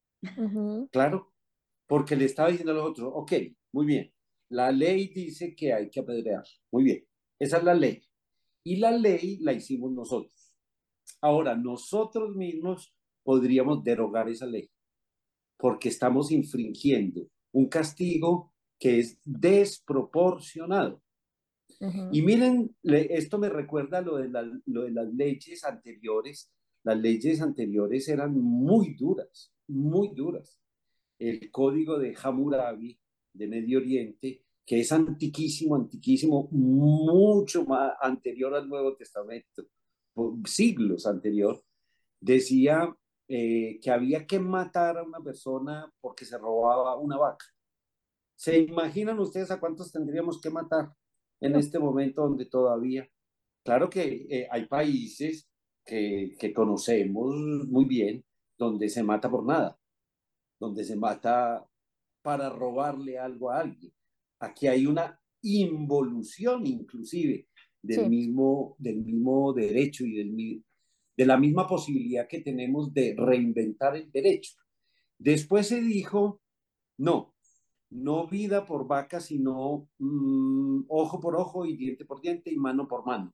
Ujú. claro, porque le estaba diciendo a los otros, ok, muy bien, la ley dice que hay que apedrear, muy bien, esa es la ley. Y la ley la hicimos nosotros. Ahora, nosotros mismos podríamos derogar esa ley porque estamos infringiendo un castigo que es desproporcionado. Ujú. Y miren, esto me recuerda lo de, la, lo de las leyes anteriores. Las leyes anteriores eran muy duras, muy duras. El código de Hammurabi de Medio Oriente, que es antiquísimo, antiquísimo, mucho más anterior al Nuevo Testamento, siglos anterior, decía eh, que había que matar a una persona porque se robaba una vaca. ¿Se imaginan ustedes a cuántos tendríamos que matar en No. este momento donde todavía? Claro que eh, hay países que, que conocemos muy bien donde se mata por nada, donde se mata para robarle algo a alguien. Aquí hay una involución inclusive del Sí. mismo, del mismo derecho y del, de la misma posibilidad que tenemos de reinventar el derecho. Después se dijo, no, no vida por vaca, sino mmm, ojo por ojo y diente por diente y mano por mano.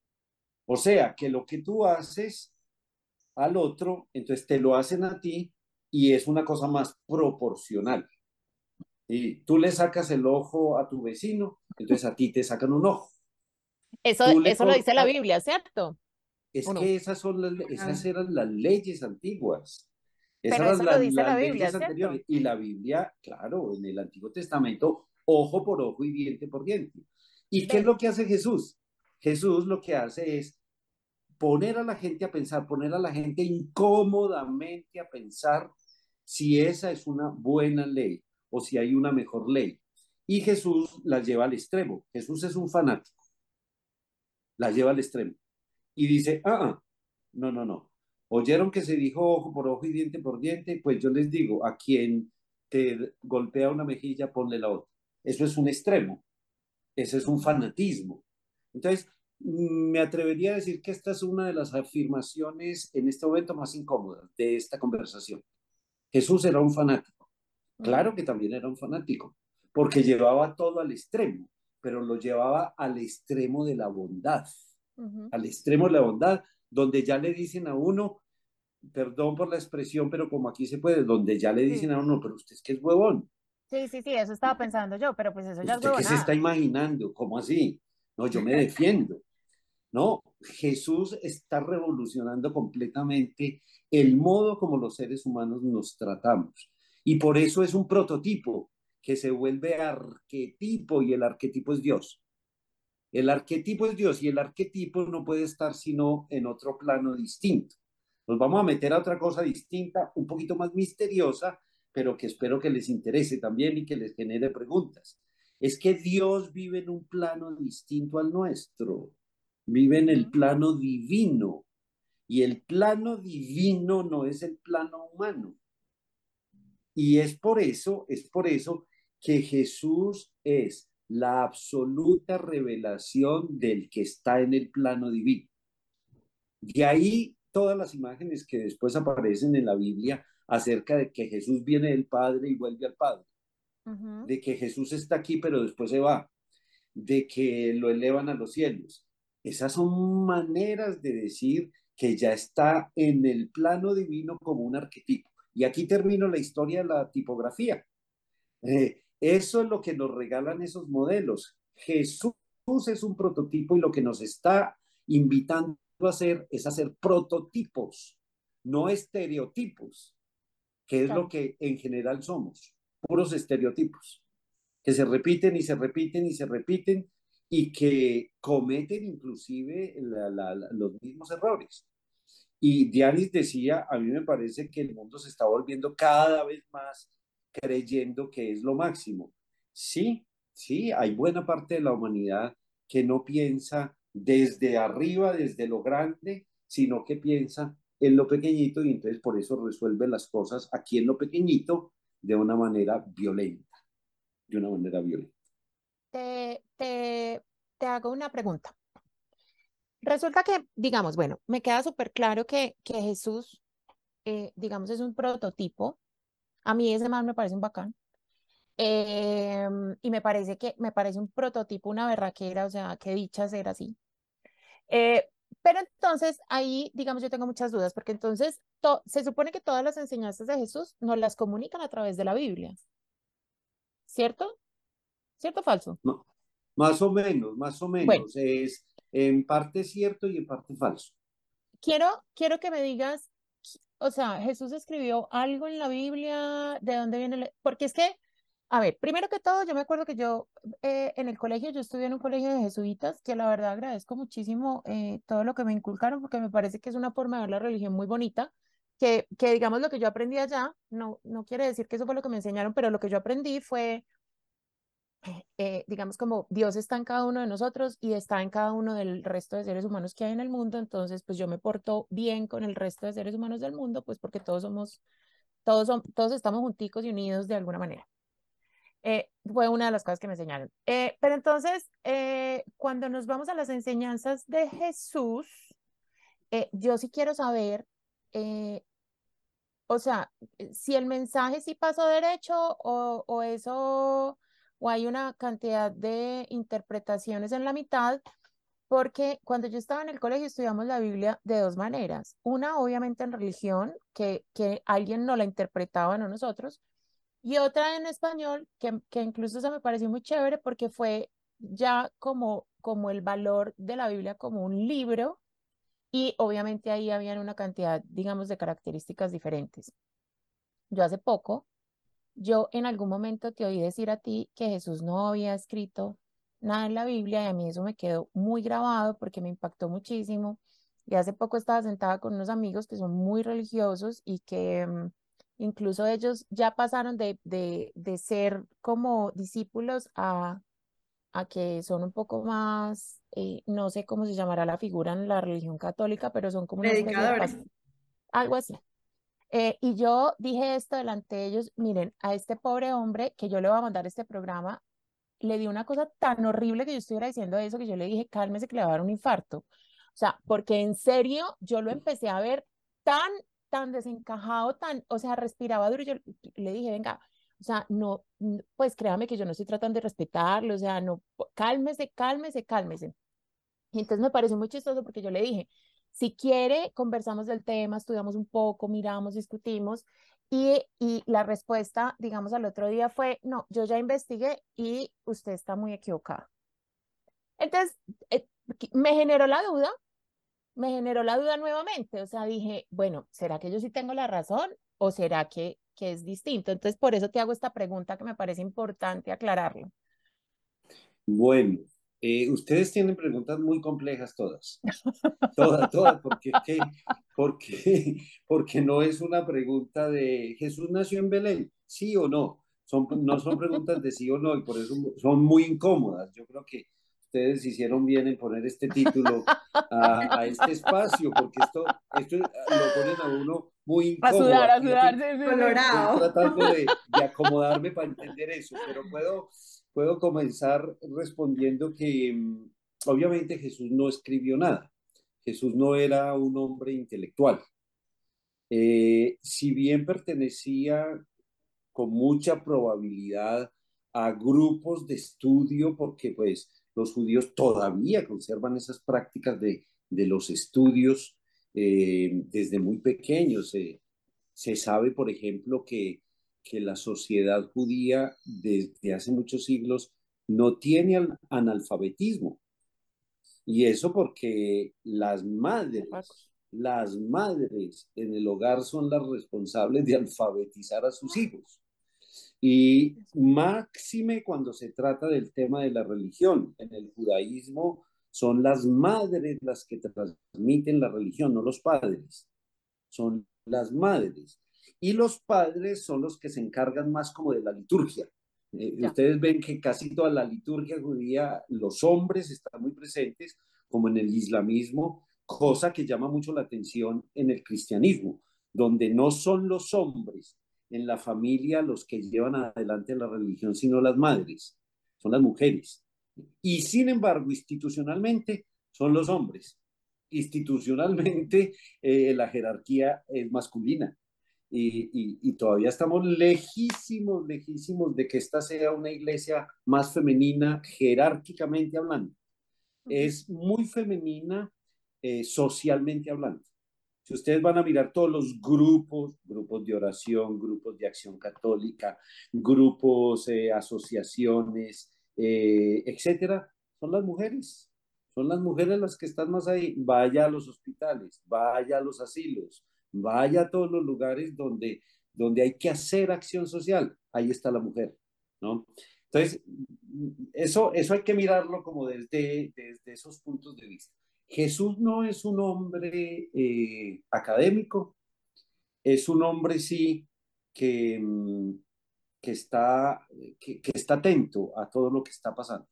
O sea, que lo que tú haces al otro, entonces te lo hacen a ti y es una cosa más proporcional. Y tú le sacas el ojo a tu vecino, entonces a ti te sacan un ojo. Eso, Tú le eso lo dice la cortas, Biblia, ¿cierto? es ¿O no? que esas son las, esas Claro. eran las leyes antiguas. Esas Pero eran eso lo las, dice las la Biblia, leyes ¿cierto? anteriores. Y la Biblia, claro, en el Antiguo Testamento, ojo por ojo y diente por diente. ¿Y qué es Ven. lo que hace Jesús? Jesús lo que hace es poner a la gente a pensar, poner a la gente incómodamente a pensar si esa es una buena ley o si hay una mejor ley. Y Jesús la lleva al extremo. Jesús es un fanático, la lleva al extremo. Y dice, ah, ah, no, no, no. ¿Oyeron que se dijo ojo por ojo y diente por diente? Pues yo les digo, a quien te golpea una mejilla, ponle la otra. Eso es un extremo, ese es un Ujú. fanatismo. Entonces, me atrevería a decir que esta es una de las afirmaciones en este momento más incómodas de esta conversación. Jesús era un fanático. Ujú. Claro que también era un fanático, porque llevaba todo al extremo, pero lo llevaba al extremo de la bondad, Ujú. al extremo de la bondad, donde ya le dicen a uno, perdón por la expresión, pero como aquí se puede, donde ya le Sí, dicen a uno, pero usted es que es huevón, sí, sí, sí, eso estaba pensando yo, pero pues eso ya es usted qué se está huevonada. imaginando, ¿cómo así? No, yo me defiendo. No, Jesús está revolucionando completamente el modo como los seres humanos nos tratamos. Y por eso es un prototipo que se vuelve arquetipo y el arquetipo es Dios. El arquetipo es Dios y el arquetipo no puede estar sino en otro plano distinto. Nos vamos a meter a otra cosa distinta, un poquito más misteriosa, pero que espero que les interese también y que les genere preguntas. Es que Dios vive en un plano distinto al nuestro, vive en el Ujú. plano divino y el plano divino no es el plano humano. Y es por eso, es por eso que Jesús es la absoluta revelación del que está en el plano divino. De ahí todas las imágenes que después aparecen en la Biblia acerca de que Jesús viene del Padre y vuelve al Padre, Ujú. de que Jesús está aquí pero después se va, de que lo elevan a los cielos. Esas son maneras de decir que ya está en el plano divino como un arquetipo. Y aquí termino la historia de la tipografía. Eh, eso es lo que nos regalan esos modelos. Jesús es un prototipo y lo que nos está invitando a hacer es hacer prototipos, no estereotipos, que es lo Claro. que en general somos, puros estereotipos, que se repiten y se repiten y se repiten y que cometen inclusive la, la, la, los mismos errores. Y Dianis decía, a mí me parece que el mundo se está volviendo cada vez más creyendo que es lo máximo. Sí, sí, hay buena parte de la humanidad que no piensa desde arriba, desde lo grande, sino que piensa en lo pequeñito y entonces por eso resuelve las cosas aquí en lo pequeñito de una manera violenta, de una manera violenta. Te, te, te hago una pregunta. Resulta que, digamos, bueno, me queda súper claro que, que Jesús, eh, digamos, es un prototipo. A mí ese man me parece un bacán. Em, y me parece que me parece un prototipo, una berraquera, o sea, qué dicha ser así. Eh, pero entonces ahí, digamos, yo tengo muchas dudas, porque entonces to- se supone que todas las enseñanzas de Jesús nos las comunican a través de la Biblia, ¿cierto? ¿Cierto o falso? No, más o menos, más o Bueno, menos, es en parte cierto y en parte falso. quiero, quiero que me digas, o sea, Jesús escribió algo en la Biblia, ¿de dónde viene? el- Porque es que, a ver, primero que todo, yo me acuerdo que yo eh, en el colegio, yo estudié en un colegio de jesuitas, que la verdad agradezco muchísimo eh, todo lo que me inculcaron, porque me parece que es una forma de ver la religión muy bonita, que, que digamos lo que yo aprendí allá, no, no quiere decir que eso fue lo que me enseñaron, pero lo que yo aprendí fue eh, digamos, como Dios está en cada uno de nosotros y está en cada uno del resto de seres humanos que hay en el mundo, entonces pues yo me porto bien con el resto de seres humanos del mundo, pues porque todos somos, todos, son, todos estamos junticos y unidos de alguna manera. Eh, fue una de las cosas que me enseñaron. Eh, pero entonces, eh, cuando nos vamos a las enseñanzas de Jesús, eh, yo sí quiero saber, eh, o sea, eh, si el mensaje sí pasó derecho o, o eso, o hay una cantidad de interpretaciones en la mitad, porque cuando yo estaba en el colegio estudiamos la Biblia de dos maneras. Una, obviamente, en religión, que, que alguien no la interpretaba, no nosotros, y otra en español, que, que incluso se me pareció muy chévere porque fue ya como, como el valor de la Biblia como un libro, y obviamente ahí habían una cantidad, digamos, de características diferentes. Yo hace poco, yo en algún momento te oí decir a ti que Jesús no había escrito nada en la Biblia y a mí eso me quedó muy grabado porque me impactó muchísimo. Y hace poco estaba sentada con unos amigos que son muy religiosos y que mm, incluso ellos ya pasaron de, de, de ser como discípulos a, a que son un poco más, eh, no sé cómo se llamará la figura en la religión católica, pero son como una especie de Predicadores. pas- algo así. Eh, y yo dije esto delante de ellos, miren, a este pobre hombre que yo le voy a mandar este programa, le di una cosa tan horrible que yo estuviera diciendo eso, que yo le dije, cálmese que le va a dar un infarto. O sea, porque en serio yo lo empecé a ver tan, tan desencajado, tan, o sea, respiraba duro. Y yo le dije, venga, o sea, no, n- pues créame que yo no estoy tratando de respetarlo, o sea, no, cálmese, cálmese, cálmese. Y entonces me pareció muy chistoso porque yo le dije, si quiere, conversamos del tema, estudiamos un poco, miramos, discutimos. Y, y la respuesta, digamos, al otro día fue, no, yo ya investigué y usted está muy equivocado. Entonces, eh, me generó la duda, me generó la duda nuevamente. O sea, dije, bueno, ¿será que yo sí tengo la razón o será que, que es distinto? Entonces, por eso te hago esta pregunta que me parece importante aclararlo. Bueno, eh, ustedes tienen preguntas muy complejas todas, todas, todas, porque es que, porque, porque no es una pregunta de ¿Jesús nació en Belén? ¿Sí o no? Son, no son preguntas de sí o no y por eso son muy incómodas. Yo creo que ustedes hicieron bien en poner este título a, a este espacio, porque esto, esto lo ponen a uno muy A incómodo. sudar, a Aquí yo sudar, te, sí, sí, sí. estoy Colorado. tratando de, de acomodarme para entender eso, pero puedo, puedo comenzar respondiendo que mm, obviamente Jesús no escribió nada. Jesús no era un hombre intelectual. Eh, si bien pertenecía con mucha probabilidad a grupos de estudio, porque pues los judíos todavía conservan esas prácticas de, de los estudios eh, desde muy pequeños. Eh, se sabe, por ejemplo, que, que la sociedad judía desde hace muchos siglos no tiene analfabetismo. Y eso porque las madres, las madres en el hogar son las responsables de alfabetizar a sus hijos. Y máxime cuando se trata del tema de la religión. En el judaísmo son las madres las que transmiten la religión, no los padres. Son las madres. Y los padres son los que se encargan más como de la liturgia. Eh, Ya. ustedes ven que casi toda la liturgia judía, los hombres están muy presentes, como en el islamismo, cosa que llama mucho la atención en el cristianismo, donde no son los hombres en la familia los que llevan adelante la religión, sino las madres, son las mujeres. Y sin embargo, institucionalmente son los hombres. Institucionalmente eh, la jerarquía es masculina. Y, y, y, todavía estamos lejísimos, lejísimos de que esta sea una iglesia más femenina jerárquicamente hablando. Ujú. Es muy femenina eh, socialmente hablando. Si ustedes van a mirar todos los grupos, grupos de oración, grupos de acción católica, grupos, eh, asociaciones, eh, etcétera, son las mujeres. Son las mujeres las que están más ahí. Vaya a los hospitales, vaya a los asilos, vaya a todos los lugares donde, donde hay que hacer acción social. Ahí está la mujer, ¿no? Entonces, eso, eso hay que mirarlo como desde, desde esos puntos de vista. Jesús no es un hombre eh, académico, es un hombre sí que, mm, que, está, que, que está atento a todo lo que está pasando.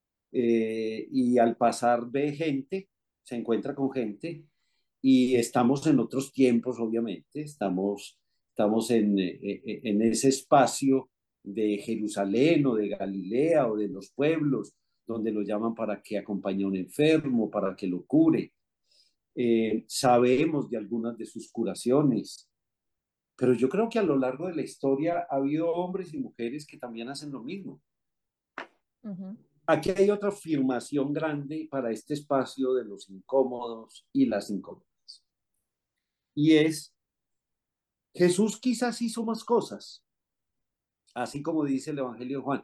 Eh, y al pasar ve gente, se encuentra con gente y estamos en otros tiempos, obviamente, estamos, estamos en, eh, eh, en ese espacio de Jerusalén o de Galilea o de los pueblos donde lo llaman para que acompañe a un enfermo, para que lo cure. Eh, sabemos de algunas de sus curaciones, pero yo creo que a lo largo de la historia ha habido hombres y mujeres que también hacen lo mismo. Ujú. Aquí hay otra afirmación grande para este espacio de los incómodos y las incómodas. Y es, Jesús quizás hizo más cosas, así como dice el Evangelio de Juan.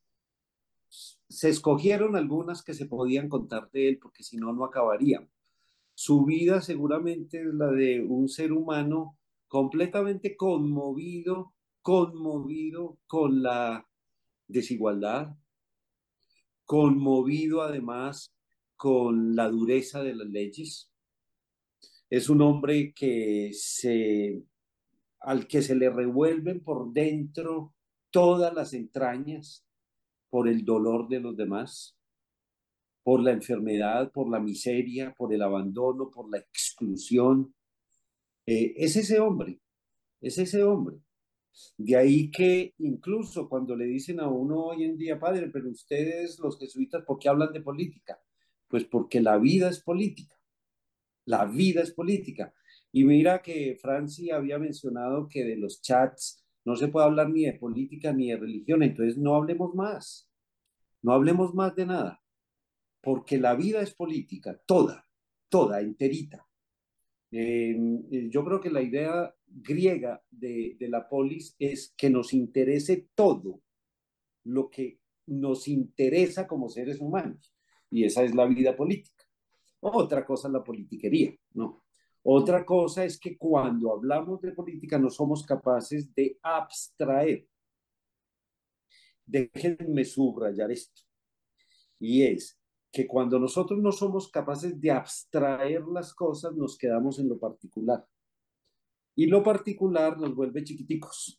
Se escogieron algunas que se podían contar de él, porque si no, no acabarían. Su vida seguramente es la de un ser humano completamente conmovido, conmovido con la desigualdad, conmovido además con la dureza de las leyes. Es un hombre que se, al que se le revuelven por dentro todas las entrañas por el dolor de los demás, por la enfermedad, por la miseria, por el abandono, por la exclusión. Eh, es ese hombre, es ese hombre. De ahí que incluso cuando le dicen a uno hoy en día, padre, pero ustedes los jesuitas, ¿por qué hablan de política? Pues porque la vida es política, la vida es política. Y mira que Franci había mencionado que de los chats no se puede hablar ni de política ni de religión, entonces no hablemos más, no hablemos más de nada, porque la vida es política, toda, toda, enterita. Eh, yo creo que la idea griega de, de la polis es que nos interese todo lo que nos interesa como seres humanos. Y esa es la vida política. Otra cosa es la politiquería, ¿no? Otra cosa es que cuando hablamos de política no somos capaces de abstraer. Déjenme subrayar esto. Y es que cuando nosotros no somos capaces de abstraer las cosas, nos quedamos en lo particular. Y lo particular nos vuelve chiquiticos.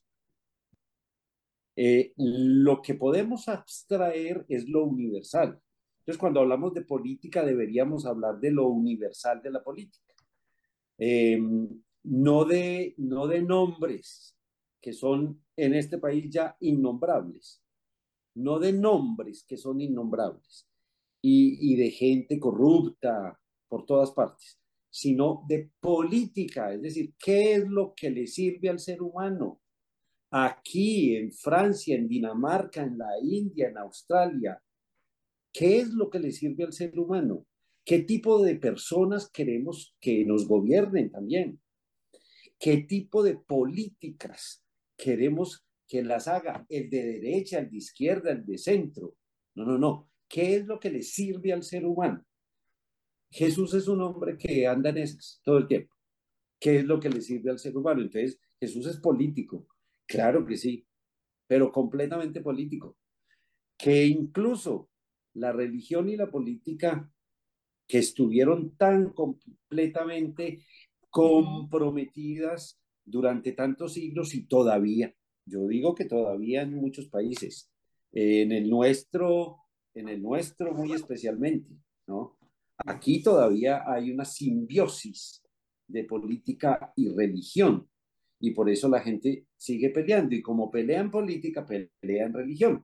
Eh, lo que podemos abstraer es lo universal. Entonces, cuando hablamos de política, deberíamos hablar de lo universal de la política. Eh, no, de, no de nombres que son en este país ya innombrables, no de nombres que son innombrables y, y de gente corrupta por todas partes, sino de política, es decir, ¿qué es lo que le sirve al ser humano? Aquí, en Francia, en Dinamarca, en la India, en Australia, ¿qué es lo que le sirve al ser humano? ¿Qué tipo de personas queremos que nos gobiernen también? ¿Qué tipo de políticas queremos que las haga el de derecha, el de izquierda, el de centro? No, no, no. ¿Qué es lo que le sirve al ser humano? Jesús es un hombre que anda en esas todo el tiempo. ¿Qué es lo que le sirve al ser humano? Entonces, Jesús es político. Claro que sí, pero completamente político. Que incluso la religión y la política que estuvieron tan completamente comprometidas durante tantos siglos y todavía, yo digo que todavía en muchos países, eh, en el nuestro, en el nuestro muy especialmente, ¿no? Aquí todavía hay una simbiosis de política y religión y por eso la gente sigue peleando y como pelean política, pelean religión.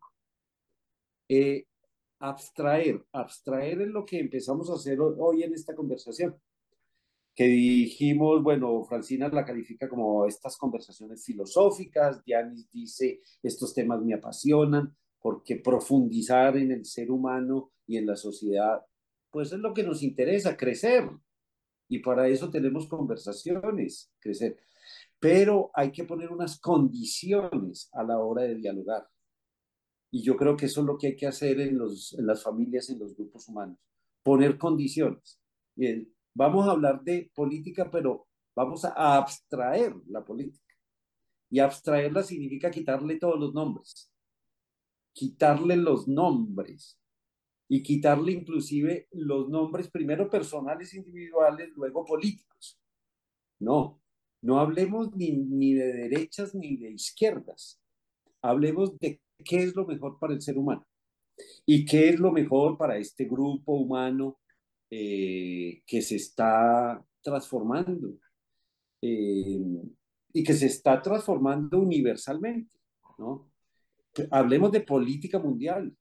Eh, abstraer, abstraer es lo que empezamos a hacer hoy en esta conversación, que dijimos, bueno, Francina la califica como estas conversaciones filosóficas, Dianis dice, estos temas me apasionan, porque profundizar en el ser humano y en la sociedad, pues es lo que nos interesa, crecer, y para eso tenemos conversaciones, crecer. Pero hay que poner unas condiciones a la hora de dialogar. Y yo creo que eso es lo que hay que hacer en, los, en las familias, en los grupos humanos, poner condiciones. Bien, vamos a hablar de política, pero vamos a abstraer la política. Y abstraerla significa quitarle todos los nombres, quitarle los nombres y quitarle inclusive los nombres primero personales, individuales, luego políticos. No, no hablemos ni, ni de derechas ni de izquierdas. Hablemos de qué es lo mejor para el ser humano y qué es lo mejor para este grupo humano eh, que se está transformando eh, y que se está transformando universalmente, ¿no? Hablemos de política mundial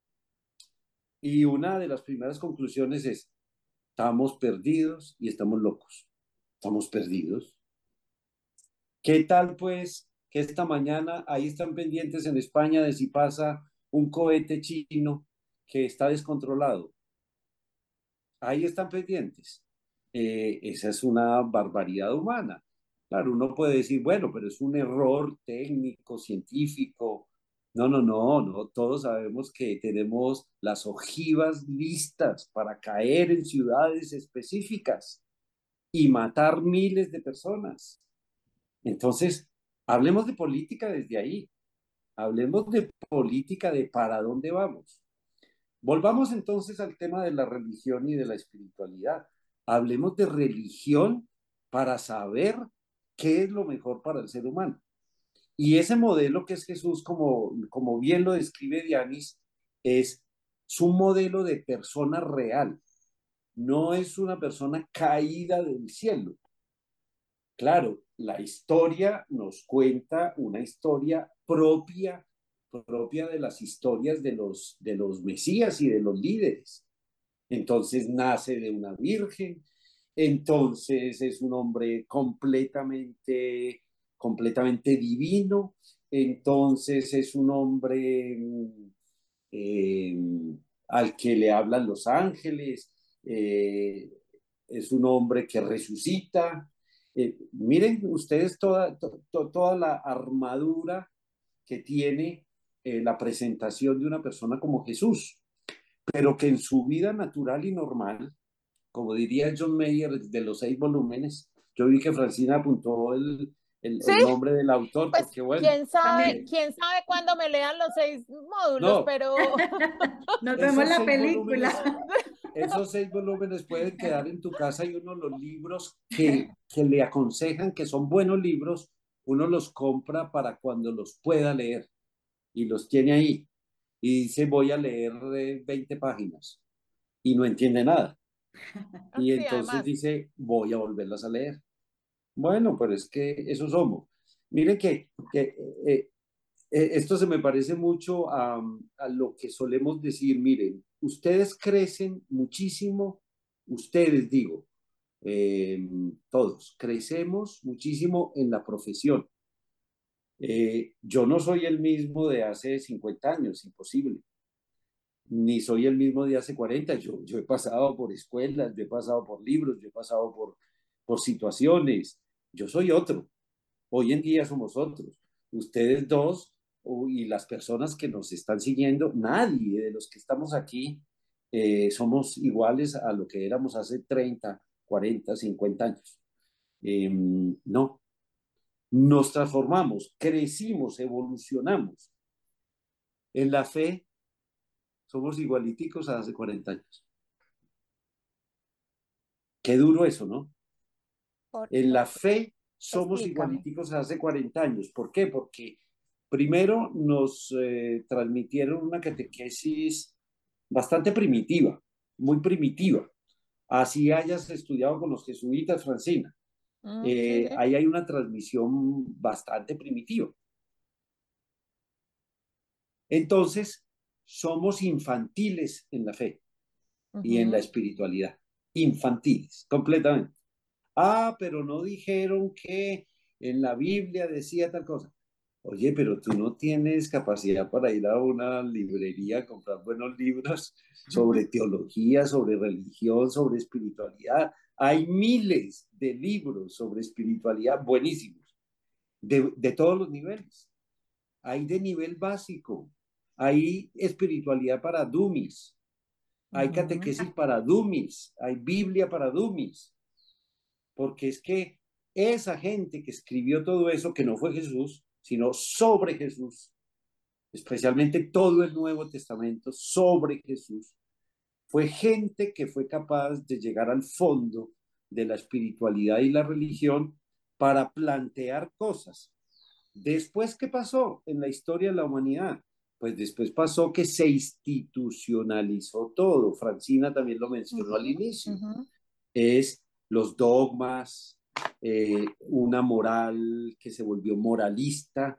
y una de las primeras conclusiones es, estamos perdidos y estamos locos, estamos perdidos. ¿Qué tal pues que esta mañana ahí están pendientes en España de si pasa un cohete chino que está descontrolado? Ahí están pendientes. Eh, esa es una barbaridad humana. Claro, uno puede decir, bueno, pero es un error técnico, científico. No, no, no, no. Todos sabemos que tenemos las ojivas listas para caer en ciudades específicas y matar miles de personas. Entonces, hablemos de política desde ahí. Hablemos de política de para dónde vamos. Volvamos entonces al tema de la religión y de la espiritualidad. Hablemos de religión para saber qué es lo mejor para el ser humano. Y ese modelo que es Jesús, como, como bien lo describe Dianis, es, es un modelo de persona real, no es una persona caída del cielo. Claro, la historia nos cuenta una historia propia, propia de las historias de los, de los mesías y de los líderes. Entonces nace de una virgen, entonces es un hombre completamente, completamente divino, entonces es un hombre eh, al que le hablan los ángeles, eh, es un hombre que resucita. Eh, miren ustedes toda, to, to, toda la armadura que tiene eh, la presentación de una persona como Jesús, pero que en su vida natural y normal, como diría John Mayer de los seis volúmenes, yo vi que Francina apuntó el, el, Sí, el nombre del autor, pues porque bueno, quién sabe, eh, quién sabe cuándo me lean los seis módulos, no, pero Nos vemos esos la seis película. volúmenes, esos seis volúmenes pueden quedar en tu casa y uno los libros que, que le aconsejan que son buenos libros, uno los compra para cuando los pueda leer y los tiene ahí. Y dice, voy a leer eh, veinte páginas y no entiende nada. Y sí, entonces además, dice, voy a volverlas a leer. Bueno, pero es que eso somos. Miren que, que eh, eh, esto se me parece mucho a, a lo que solemos decir. Miren, ustedes crecen muchísimo, ustedes digo, eh, todos, crecemos muchísimo en la profesión. Eh, yo no soy el mismo de hace cincuenta años, imposible, ni soy el mismo de hace cuarenta. Yo, yo he pasado por escuelas, yo he pasado por libros, yo he pasado por, por situaciones. Yo soy otro. Hoy en día somos otros. Ustedes dos y las personas que nos están siguiendo, nadie de los que estamos aquí eh, somos iguales a lo que éramos hace treinta, cuarenta, cincuenta años. Eh, no, nos transformamos, crecimos, evolucionamos. En la fe somos igualiticos a hace cuarenta años. Qué duro eso, ¿no? por, En la por, fe somos explícame. igualiticos a hace cuarenta años. ¿Por qué? Porque primero nos eh, transmitieron una catequesis bastante primitiva, muy primitiva. Así hayas estudiado con los jesuitas, Francina. Mm, sí, Eh, sí. ahí hay una transmisión bastante primitiva. Entonces, somos infantiles en la fe y en la Ujú. espiritualidad. Infantiles, completamente. Ah, pero no dijeron que en la Biblia decía tal cosa. Oye, pero tú no tienes capacidad para ir a una librería a comprar buenos libros sobre teología, sobre religión, sobre espiritualidad. Hay miles de libros sobre espiritualidad buenísimos, de, de todos los niveles. Hay de nivel básico, hay espiritualidad para dummies, hay Ujú. catequesis para dummies, hay Biblia para dummies, porque es que esa gente que escribió todo eso, que no fue Jesús, sino sobre Jesús, especialmente todo el Nuevo Testamento sobre Jesús, fue gente que fue capaz de llegar al fondo de la espiritualidad y la religión para plantear cosas. Después, ¿qué pasó en la historia de la humanidad? Pues después pasó que se institucionalizó todo. Francina también lo mencionó al Ujú, inicio. ujú. Es los dogmas, eh, una moral que se volvió moralista,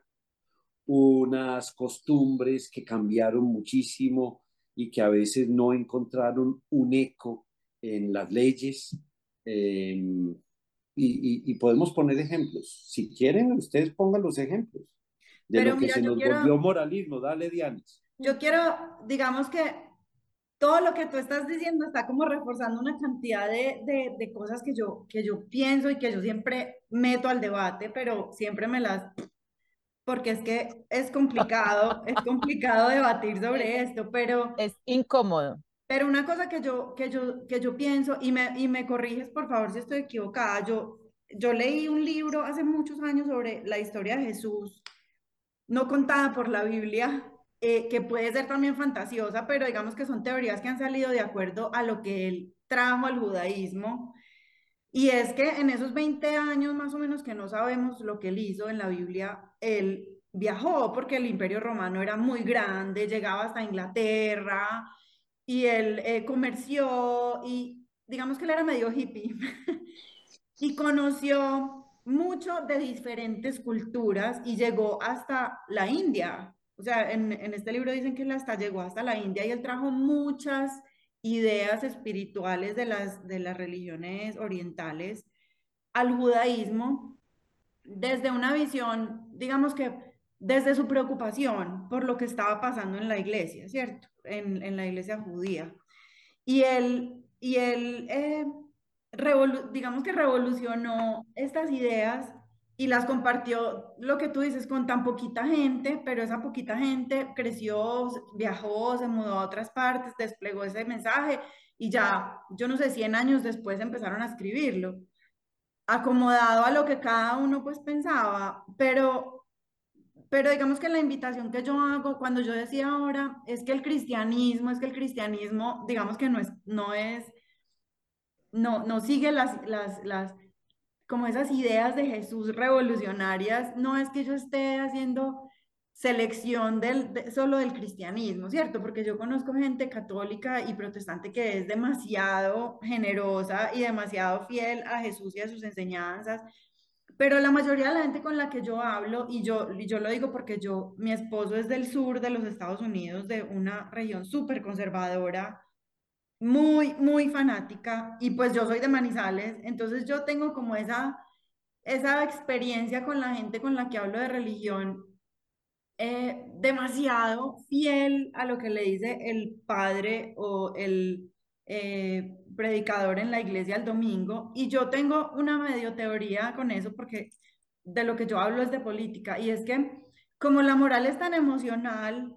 unas costumbres que cambiaron muchísimo y que a veces no encontraron un eco en las leyes. Eh, y, y, y podemos poner ejemplos. Si quieren, ustedes pongan los ejemplos de Pero lo que mira, se yo nos volvió quiero, moralismo. Dale, Dianis. yo quiero, digamos que todo lo que tú estás diciendo está como reforzando una cantidad de, de, de cosas que yo, que yo pienso y que yo siempre meto al debate, pero siempre me las, porque es que es complicado, es complicado debatir Es, sobre esto, pero, es incómodo. pero una cosa que yo, que yo, que yo pienso, y me, y me corriges por favor si estoy equivocada, yo, yo leí un libro hace muchos años sobre la historia de Jesús, no contada por la Biblia, eh, que puede ser también fantasiosa, pero digamos que son teorías que han salido de acuerdo a lo que él trajo al judaísmo. Y es que en esos veinte años más o menos que no sabemos lo que él hizo en la Biblia, él viajó porque el Imperio Romano era muy grande, llegaba hasta Inglaterra y él eh, comerció y digamos que él era medio hippie y conoció mucho de diferentes culturas y llegó hasta la India. O sea, en, en este libro dicen que él hasta llegó hasta la India y él trajo muchas ideas espirituales de las, de las religiones orientales al judaísmo desde una visión, digamos que desde su preocupación por lo que estaba pasando en la iglesia, ¿cierto? En, en la iglesia judía. Y él, y él eh, revolu digamos que revolucionó estas ideas y las compartió, lo que tú dices, con tan poquita gente, pero esa poquita gente creció, viajó, se mudó a otras partes, desplegó ese mensaje y ya, yo no sé, cien años después empezaron a escribirlo, acomodado a lo que cada uno pues pensaba, pero, pero digamos que la invitación que yo hago cuando yo decía ahora es que el cristianismo, es que el cristianismo, digamos que no es, no es, no, no sigue las, las, las, como esas ideas de Jesús revolucionarias, no es que yo esté haciendo selección del, de, solo del cristianismo, ¿cierto? Porque yo conozco gente católica y protestante que es demasiado generosa y demasiado fiel a Jesús y a sus enseñanzas, pero la mayoría de la gente con la que yo hablo, y yo, y yo lo digo porque yo, mi esposo es del sur de los Estados Unidos, de una región súper conservadora, muy, muy fanática, y pues yo soy de Manizales, entonces yo tengo como esa, esa experiencia con la gente con la que hablo de religión, eh, demasiado fiel a lo que le dice el padre o el eh, predicador en la iglesia el domingo. Y yo tengo una medio teoría con eso porque de lo que yo hablo es de política. Y es que como la moral es tan emocional,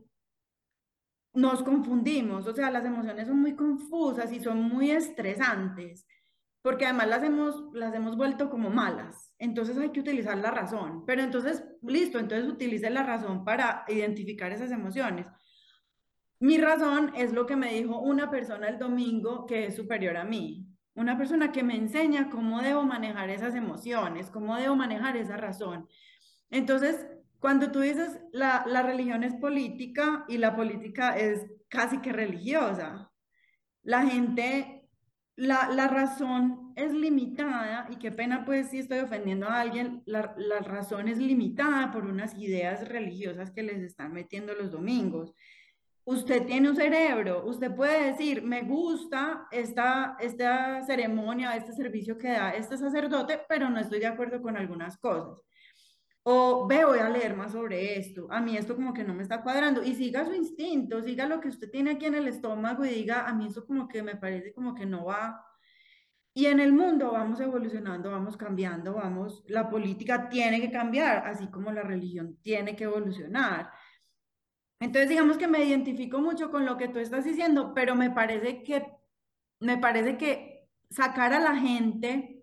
nos confundimos. O sea, las emociones son muy confusas y son muy estresantes porque además las hemos, las hemos vuelto como malas. Entonces hay que utilizar la razón. Pero entonces, listo, entonces utilice la razón para identificar esas emociones. Mi razón es lo que me dijo una persona el domingo que es superior a mí. Una persona que me enseña cómo debo manejar esas emociones, cómo debo manejar esa razón. Entonces, cuando tú dices la, la religión es política y la política es casi que religiosa, la gente, la, la razón es limitada, y qué pena pues si estoy ofendiendo a alguien, la, la razón es limitada por unas ideas religiosas que les están metiendo los domingos. Usted tiene un cerebro, usted puede decir, me gusta esta, esta ceremonia, este servicio que da este sacerdote, pero no estoy de acuerdo con algunas cosas. O ve, voy a leer más sobre esto. A mí esto como que no me está cuadrando. Y siga su instinto, siga lo que usted tiene aquí en el estómago y diga, a mí eso como que me parece como que no va. Y en el mundo vamos evolucionando, vamos cambiando, vamos, la política tiene que cambiar, así como la religión tiene que evolucionar. Entonces, digamos que me identifico mucho con lo que tú estás diciendo, pero me parece que, me parece que sacar a la gente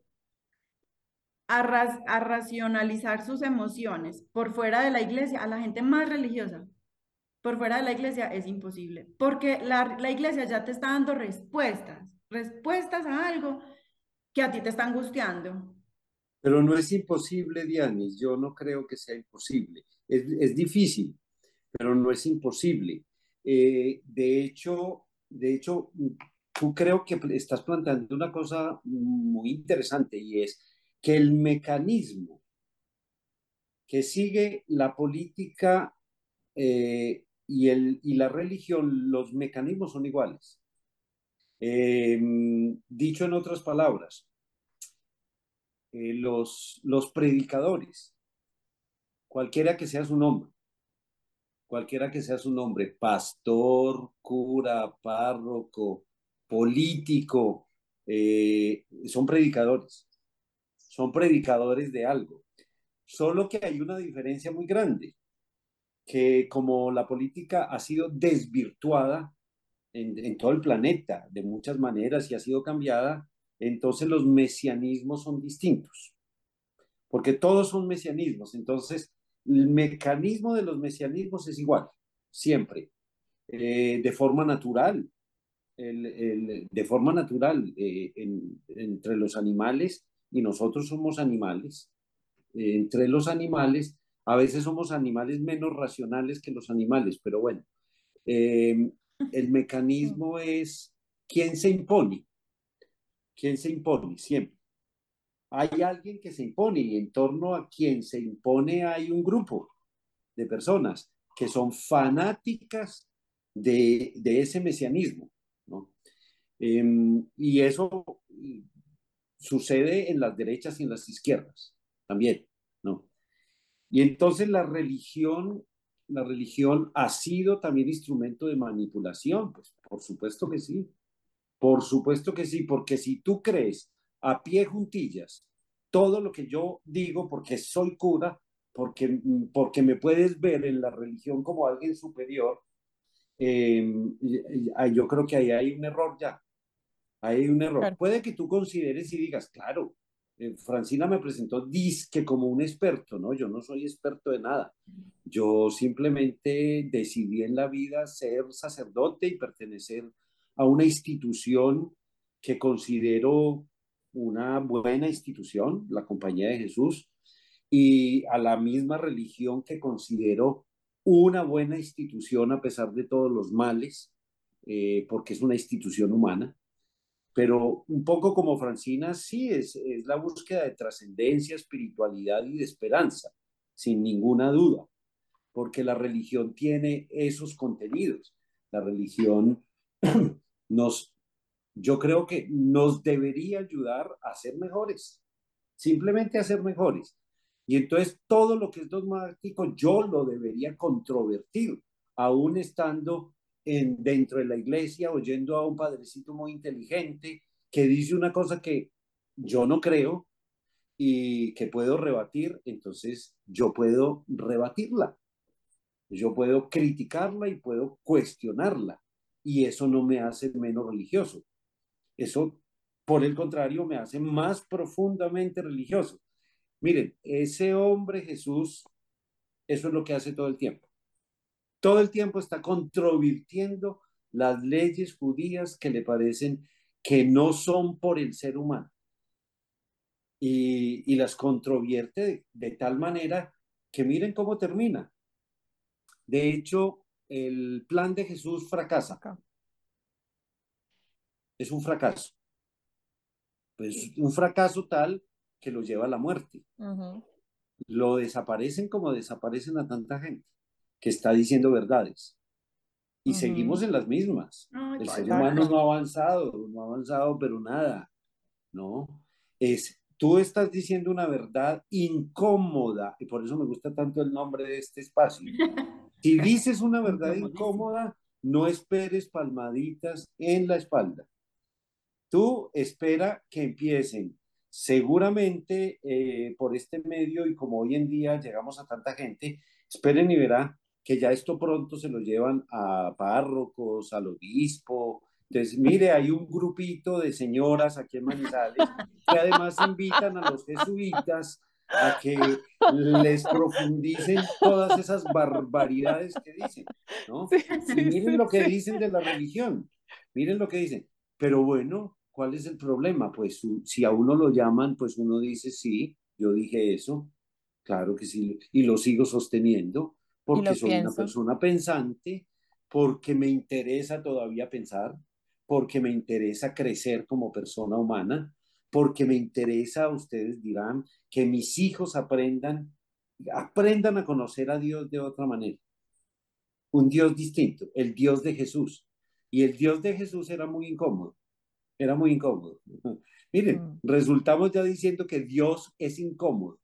a, ras- a racionalizar sus emociones por fuera de la iglesia, a la gente más religiosa, por fuera de la iglesia es imposible, porque la, la iglesia ya te está dando respuestas, respuestas a algo que a ti te está angustiando. Pero no es imposible, Dianis, yo no creo que sea imposible. Es, es difícil, pero no es imposible. Eh, de hecho, de hecho, tú creo que estás planteando una cosa muy interesante y es que el mecanismo que sigue la política eh, y, el, y la religión, los mecanismos son iguales. Eh, dicho en otras palabras, eh, los, los predicadores, cualquiera que sea su nombre, cualquiera que sea su nombre, pastor, cura, párroco, político, eh, son predicadores, son predicadores de algo. Solo que hay una diferencia muy grande, que como la política ha sido desvirtuada en, en todo el planeta de muchas maneras y ha sido cambiada, entonces los mesianismos son distintos, porque todos son mesianismos, entonces el mecanismo de los mesianismos es igual. siempre, eh, de forma natural, el, el, de forma natural eh, en, entre los animales, y nosotros somos animales, eh, entre los animales, a veces somos animales menos racionales que los animales, pero bueno, eh, el mecanismo es quién se impone, quién se impone siempre. Hay alguien que se impone y en torno a quien se impone hay un grupo de personas que son fanáticas de, de ese mesianismo, ¿no? Eh, y eso sucede en las derechas y en las izquierdas también, ¿no? Y entonces la religión, la religión ha sido también instrumento de manipulación, pues por supuesto que sí, por supuesto que sí, porque si tú crees a pie juntillas todo lo que yo digo porque soy cura, porque, porque me puedes ver en la religión como alguien superior, eh, yo creo que ahí hay un error ya. Hay un error. Claro. Puede que tú consideres y digas, claro, eh, Francina me presentó disque como un experto, ¿no? Yo no soy experto de nada. Yo simplemente decidí en la vida ser sacerdote y pertenecer a una institución que considero una buena institución, la Compañía de Jesús, y a la misma religión que considero una buena institución a pesar de todos los males, eh, porque es una institución humana. Pero un poco como Francina, sí, es, es la búsqueda de trascendencia, espiritualidad y de esperanza, sin ninguna duda, porque la religión tiene esos contenidos. La religión nos, yo creo que nos debería ayudar a ser mejores, simplemente a ser mejores. Y entonces todo lo que es dogmático yo lo debería controvertir, aún estando en, dentro de la iglesia, oyendo a un padrecito muy inteligente que dice una cosa que yo no creo y que puedo rebatir, entonces yo puedo rebatirla, yo puedo criticarla y puedo cuestionarla. Y eso no me hace menos religioso. Eso, por el contrario, me hace más profundamente religioso. Miren, ese hombre Jesús, eso es lo que hace todo el tiempo. Todo el tiempo está controvirtiendo las leyes judías que le parecen que no son por el ser humano. Y, y las controvierte de, de tal manera que miren cómo termina. De hecho, el plan de Jesús fracasa. Acá. Es un fracaso. Pues un fracaso tal que lo lleva a la muerte. Ujú. Lo desaparecen como desaparecen a tanta gente que está diciendo verdades. Y seguimos Ujú. en las mismas. Ay, El ser total. humano Exacto. no ha avanzado, no ha avanzado, pero nada, ¿no? Es, tú estás diciendo una verdad incómoda, y por eso me gusta tanto el nombre de este espacio. Si dices una verdad Incomodísimo. incómoda, no esperes palmaditas en la espalda. Tú espera que empiecen. Seguramente eh, por este medio y como hoy en día llegamos a tanta gente, esperen y verá que ya esto pronto se lo llevan a párrocos, al obispo. Entonces, mire, hay un grupito de señoras aquí en Manizales que además invitan a los jesuitas a que les profundicen todas esas barbaridades que dicen, ¿no? Sí, Y sí, miren sí, lo que sí. dicen de la religión, miren lo que dicen. Pero bueno, ¿cuál es el problema? Pues si a uno lo llaman, pues uno dice, sí, yo dije eso, claro que sí, y lo sigo sosteniendo Y porque lo soy una pienso. persona pensante, porque me interesa todavía pensar, porque me interesa crecer como persona humana, porque me interesa, ustedes dirán, que mis hijos aprendan, aprendan a conocer a Dios de otra manera, un Dios distinto, el Dios de Jesús. Y el Dios de Jesús era muy incómodo. Era muy incómodo. Miren, Mm. resultamos ya diciendo que Dios es incómodo.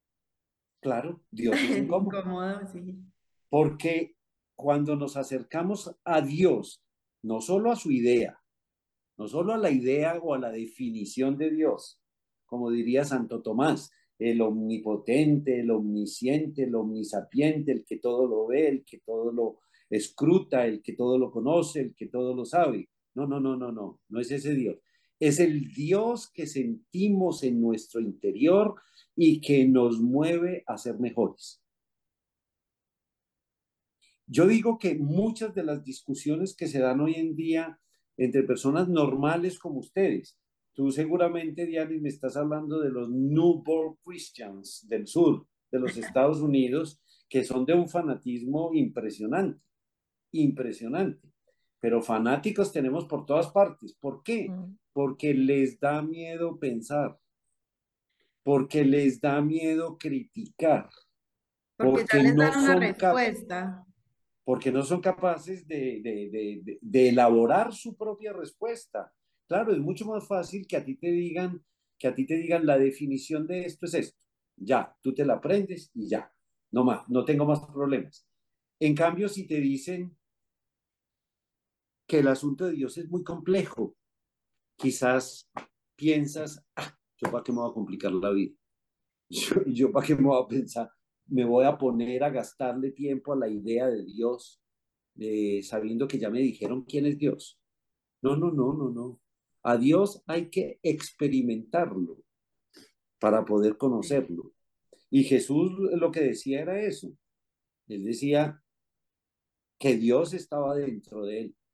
Claro, Dios es Es incómodo. incómodo, sí. Porque cuando nos acercamos a Dios, no solo a su idea, no solo a la idea o a la definición de Dios, como diría Santo Tomás, el omnipotente, el omnisciente, el omnisapiente, el que todo lo ve, el que todo lo escruta, el que todo lo conoce, el que todo lo sabe. No, no, no, no, no, no es ese Dios. Es el Dios que sentimos en nuestro interior y que nos mueve a ser mejores. Yo digo que muchas de las discusiones que se dan hoy en día entre personas normales como ustedes, tú seguramente, Diana, me estás hablando de los newborn Christians del sur de los Estados Unidos, que son de un fanatismo impresionante, impresionante. Pero fanáticos tenemos por todas partes. ¿Por qué? Mm, Porque les da miedo pensar, porque les da miedo criticar, porque ya porque les no dan una son capaces respuesta. porque no son capaces de, de, de, de, de elaborar su propia respuesta. Claro, es mucho más fácil que a ti te digan, que a ti te digan la definición de esto es esto. Ya, tú te la aprendes y ya. No más, no tengo más problemas. En cambio, si te dicen que el asunto de Dios es muy complejo, quizás piensas, ah, yo para qué me voy a complicar la vida. Yo, yo para qué me voy a pensar, me voy a poner a gastarle tiempo a la idea de Dios, eh, sabiendo que ya me dijeron quién es Dios. No, no, no, no, no. A Dios hay que experimentarlo para poder Sí. conocerlo. Y Jesús lo que decía era eso. Él decía que Dios estaba dentro de él.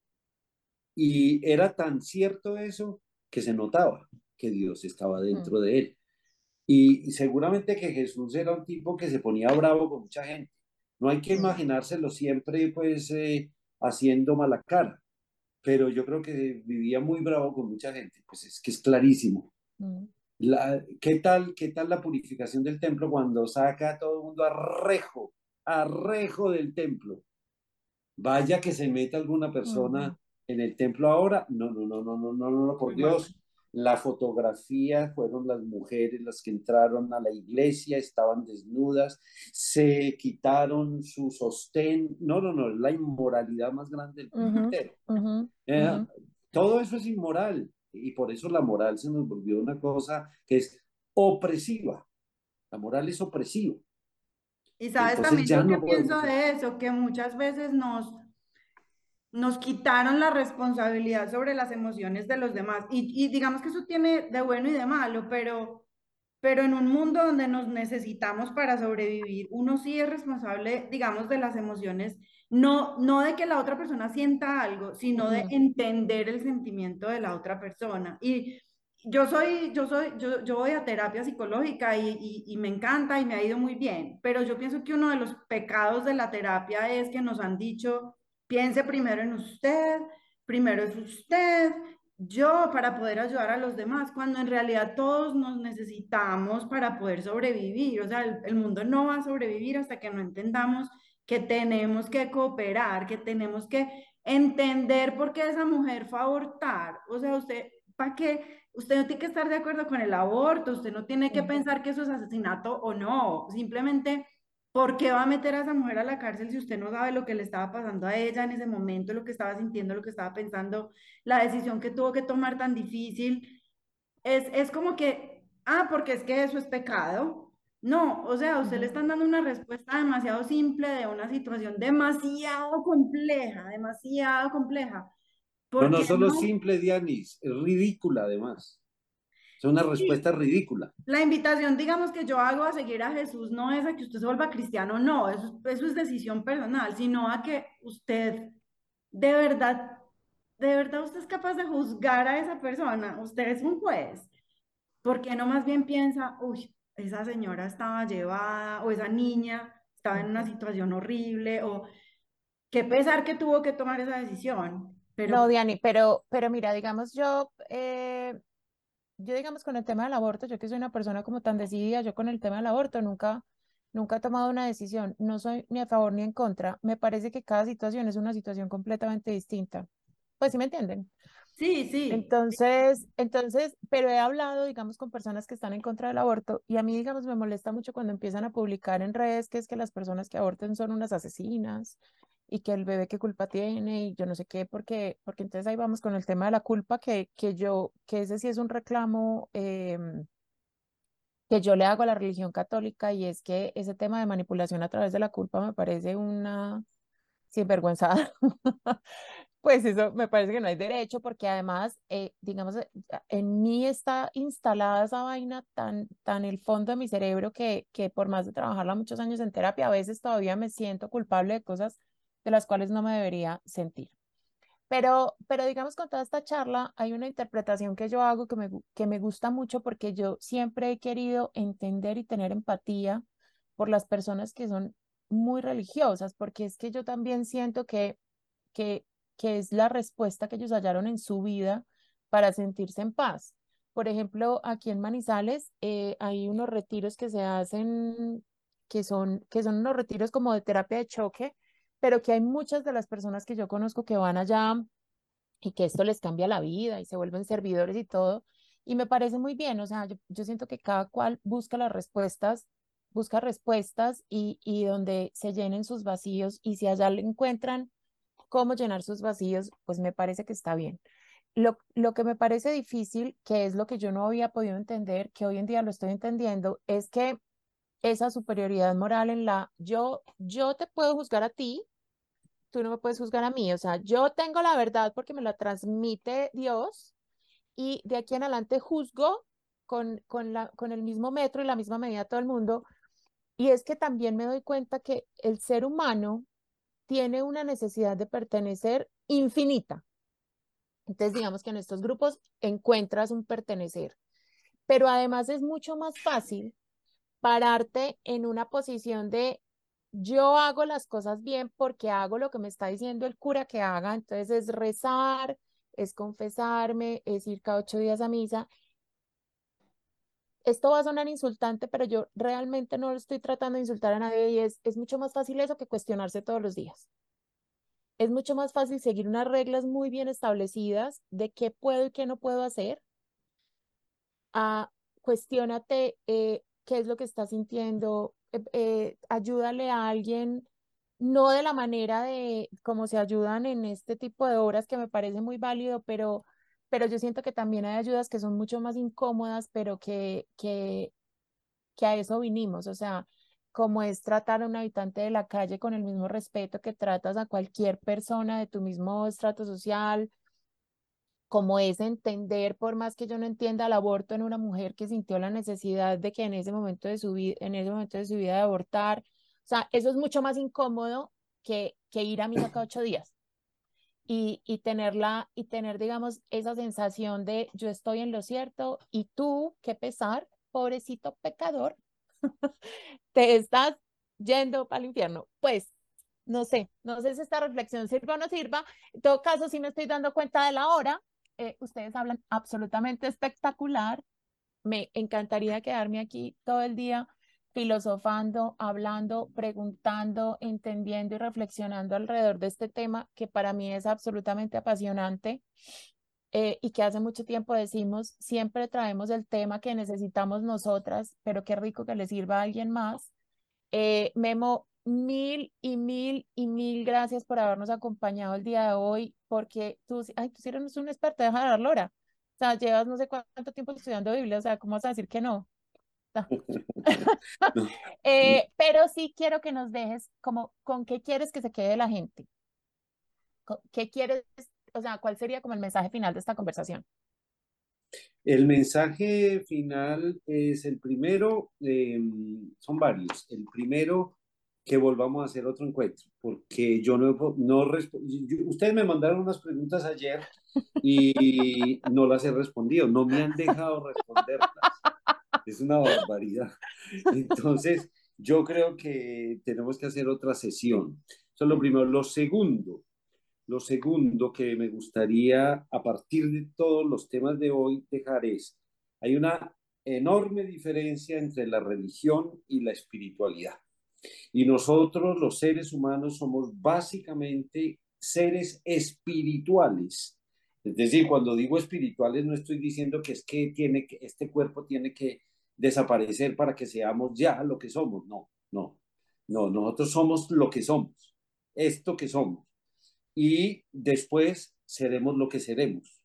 Y era tan cierto eso que se notaba que Dios estaba mm, dentro de él. Y seguramente que Jesús era un tipo que se ponía bravo con mucha gente. No hay que Mm. imaginárselo siempre pues eh, haciendo mala cara, pero yo creo que vivía muy bravo con mucha gente, pues es que es clarísimo. mm, La, ¿qué tal, qué tal la purificación del templo cuando saca a todo el mundo a rejo, a rejo del templo? Vaya que se meta alguna ujú, persona en el templo ahora. No, no, no, no, no, no, no, no, por Dios. La fotografía fueron las mujeres las que entraron a la iglesia, estaban desnudas, se quitaron su sostén. No, no, no, es la inmoralidad más grande del mundo ujú, entero. ujú, ujú. Eh, todo eso es inmoral y por eso la moral se nos volvió una cosa que es opresiva. La moral es opresiva. Y sabes Entonces también ya yo qué no pienso podemos... de eso, que muchas veces nos, nos quitaron la responsabilidad sobre las emociones de los demás. Y, y digamos que eso tiene de bueno y de malo, pero, pero en un mundo donde nos necesitamos para sobrevivir, uno sí es responsable, digamos, de las emociones, no, no de que la otra persona sienta algo, sino de Ujú, entender el sentimiento de la otra persona. Y yo soy, yo soy, yo, yo voy a terapia psicológica y, y, y me encanta y me ha ido muy bien, pero yo pienso que uno de los pecados de la terapia es que nos han dicho: piense primero en usted, primero es usted, yo para poder ayudar a los demás, cuando en realidad todos nos necesitamos para poder sobrevivir. O sea, el, el mundo no va a sobrevivir hasta que no entendamos que tenemos que cooperar, que tenemos que entender por qué esa mujer fue a abortar. O sea, usted, ¿para qué? Usted no tiene que estar de acuerdo con el aborto, usted no tiene que ujú, pensar que eso es asesinato o no, simplemente... ¿Por qué va a meter a esa mujer a la cárcel si usted no sabe lo que le estaba pasando a ella en ese momento, lo que estaba sintiendo, lo que estaba pensando, la decisión que tuvo que tomar tan difícil? Es, es como que, ah, porque es que eso es pecado. No, o sea, a usted le ujú. están dando una respuesta demasiado simple de una situación demasiado compleja, demasiado compleja. No, ¿Por no qué solo no? simple, Dianis, es ridícula además. Es una respuesta Sí, ridícula. la invitación, digamos, que yo hago a seguir a Jesús no es a que usted se vuelva cristiano, no, eso, eso es decisión personal, sino a que usted de verdad, de verdad usted es capaz de juzgar a esa persona, usted es un juez. ¿Por qué no más bien piensa, uy, esa señora estaba llevada o esa niña estaba en una Ujú. situación horrible o qué pesar que tuvo que tomar esa decisión? No, Pero Diani, pero, pero mira, digamos, yo, eh, yo digamos con el tema del aborto, yo que soy una persona como tan decidida, yo con el tema del aborto nunca, nunca he tomado una decisión, no soy ni a favor ni en contra, me parece que cada situación es una situación completamente distinta. Pues sí me entienden. sí, sí, Entonces, entonces, pero he hablado, digamos, con personas que están en contra del aborto y a mí, digamos, me molesta mucho cuando empiezan a publicar en redes que es que las personas que abortan son unas asesinas y que el bebé qué culpa tiene y yo no sé qué, porque, porque entonces ahí vamos con el tema de la culpa que, que yo, que ese sí es un reclamo em, que yo le hago a la religión católica y es que ese tema de manipulación a través de la culpa me parece una sinvergüenzada. Pues eso me parece que no hay derecho, porque además, eh, digamos, eh, en mí está instalada esa vaina tan, tan el fondo de mi cerebro que, que por más de trabajarla muchos años en terapia, a veces todavía me siento culpable de cosas de las cuales no me debería sentir. Pero, pero digamos, con toda esta charla, hay una interpretación que yo hago que me, gu- que me gusta mucho porque yo siempre he querido entender y tener empatía por las personas que son muy religiosas, porque es que yo también siento que, que, que es la respuesta que ellos hallaron en su vida para sentirse en paz. Por ejemplo, aquí en Manizales eh, hay unos retiros que se hacen, que son, que son unos retiros como de terapia de choque, pero que hay muchas de las personas que yo conozco que van allá y que esto les cambia la vida y se vuelven servidores y todo. Y me parece muy bien, o sea, yo, yo siento que cada cual busca las respuestas, busca respuestas y, y donde se llenen sus vacíos y si allá le encuentran cómo llenar sus vacíos, pues me parece que está bien. Lo, lo que me parece difícil, que es lo que yo no había podido entender, que hoy en día lo estoy entendiendo, es que esa superioridad moral en la yo, yo te puedo juzgar a ti, tú no me puedes juzgar a mí, o sea, yo tengo la verdad porque me la transmite Dios y de aquí en adelante juzgo con, con, la, con el mismo metro y la misma medida a todo el mundo. Y es que también me doy cuenta que el ser humano tiene una necesidad de pertenecer infinita. Entonces, digamos que en estos grupos encuentras un pertenecer, pero además es mucho más fácil pararte en una posición de yo hago las cosas bien porque hago lo que me está diciendo el cura que haga, entonces es rezar, es confesarme, es ir cada ocho días a misa. Esto va a sonar insultante, pero yo realmente no estoy tratando de insultar a nadie y es, es mucho más fácil eso que cuestionarse todos los días. Es mucho más fácil seguir unas reglas muy bien establecidas de qué puedo y qué no puedo hacer a cuestiónate eh, qué es lo que estás sintiendo, eh, eh, ayúdale a alguien, no de la manera de cómo se ayudan en este tipo de obras que me parece muy válido, pero, pero yo siento que también hay ayudas que son mucho más incómodas, pero que, que, que a eso vinimos, o sea, como es tratar a un habitante de la calle con el mismo respeto que tratas a cualquier persona de tu mismo estrato social, como es entender, por más que yo no entienda el aborto en una mujer que sintió la necesidad de que en ese momento de su vida, en ese momento de su vida de abortar, o sea, eso es mucho más incómodo que, que ir a misa cada ocho días y, y tenerla, y tener, digamos, esa sensación de yo estoy en lo cierto y tú, qué pesar, pobrecito pecador, te estás yendo para el infierno. Pues no sé, no sé si esta reflexión sirva o no sirva. En todo caso, sí me estoy dando cuenta de la hora. Eh, ustedes hablan absolutamente espectacular. Me encantaría quedarme aquí todo el día filosofando, hablando, preguntando, entendiendo y reflexionando alrededor de este tema que para mí es absolutamente apasionante eh, y que hace mucho tiempo decimos, siempre traemos el tema que necesitamos nosotras, pero qué rico que le sirva a alguien más. Eh, Memo, mil y mil y mil gracias por habernos acompañado el día de hoy, porque tú, sí- ay, tú sí eres un experto, deja de dar lora. O sea, llevas no sé cuánto tiempo estudiando Biblia, o sea, ¿cómo vas a decir que no? Ta. No. Eh, pero sí quiero que nos dejes como con qué quieres que se quede la gente. Co- ¿Qué quieres, o sea, cuál sería como el mensaje final de esta conversación? El mensaje final es el primero, eh, son varios. El primero, que volvamos a hacer otro encuentro, porque yo no, no resp- yo- ustedes me mandaron unas preguntas ayer y no las he respondido, no me han dejado responderlas. Es una barbaridad. Entonces, yo creo que tenemos que hacer otra sesión. Eso es lo primero. Lo segundo, lo segundo que me gustaría, a partir de todos los temas de hoy, dejar es, hay una enorme diferencia entre la religión y la espiritualidad. Y nosotros, los seres humanos, somos básicamente seres espirituales. Es decir, cuando digo espirituales, no estoy diciendo que es que, tiene que este cuerpo tiene que desaparecer para que seamos ya lo que somos. No, no, no, nosotros somos lo que somos, esto que somos y después seremos lo que seremos.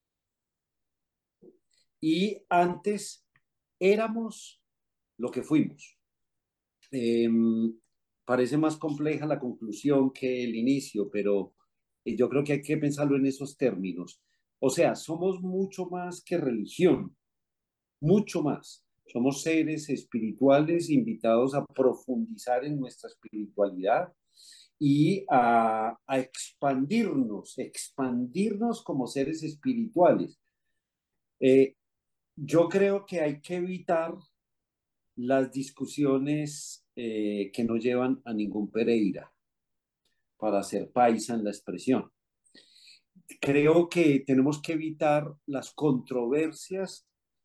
Y antes éramos lo que fuimos. Eh, Parece más compleja la conclusión que el inicio, pero Y yo creo que hay que pensarlo en esos términos. O sea, somos mucho más que religión, mucho más. Somos seres espirituales invitados a profundizar en nuestra espiritualidad y a, a expandirnos, expandirnos como seres espirituales. Eh, yo creo que hay que evitar las discusiones eh, que no llevan a ningún Pereira, para ser paisa en la expresión. Creo que tenemos que evitar las controversias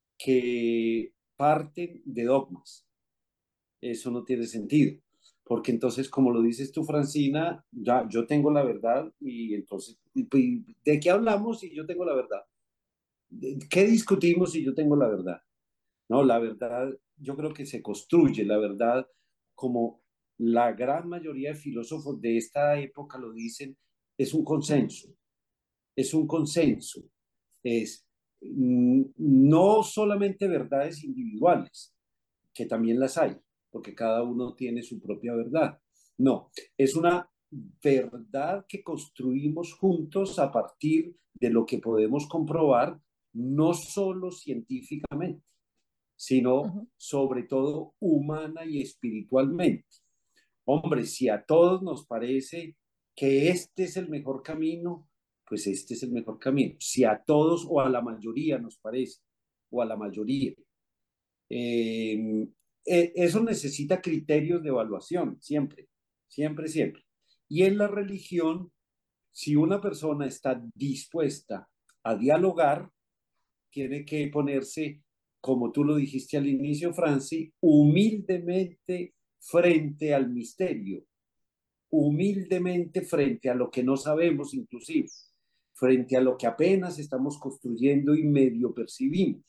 que parten de dogmas. Eso no tiene sentido, porque entonces, como lo dices tú, Francina, ya yo tengo la verdad y entonces, ¿de qué hablamos si yo tengo la verdad? ¿Qué discutimos si yo tengo la verdad? No, la verdad, yo creo que se construye, la verdad, como la gran mayoría de filósofos de esta época lo dicen, es un consenso, es un consenso, es mm, no solamente verdades individuales, que también las hay, porque cada uno tiene su propia verdad. No, es una verdad que construimos juntos a partir de lo que podemos comprobar, no solo científicamente, sino Ujú. sobre todo humana y espiritualmente. Hombre, si a todos nos parece que este es el mejor camino, pues este es el mejor camino. Si a todos o a la mayoría nos parece, o a la mayoría, eh, eh, eso necesita criterios de evaluación, siempre, siempre, siempre. Y en la religión, si una persona está dispuesta a dialogar, tiene que ponerse, como tú lo dijiste al inicio, Franci, humildemente frente al misterio, humildemente frente a lo que no sabemos inclusive, frente a lo que apenas estamos construyendo y medio percibimos.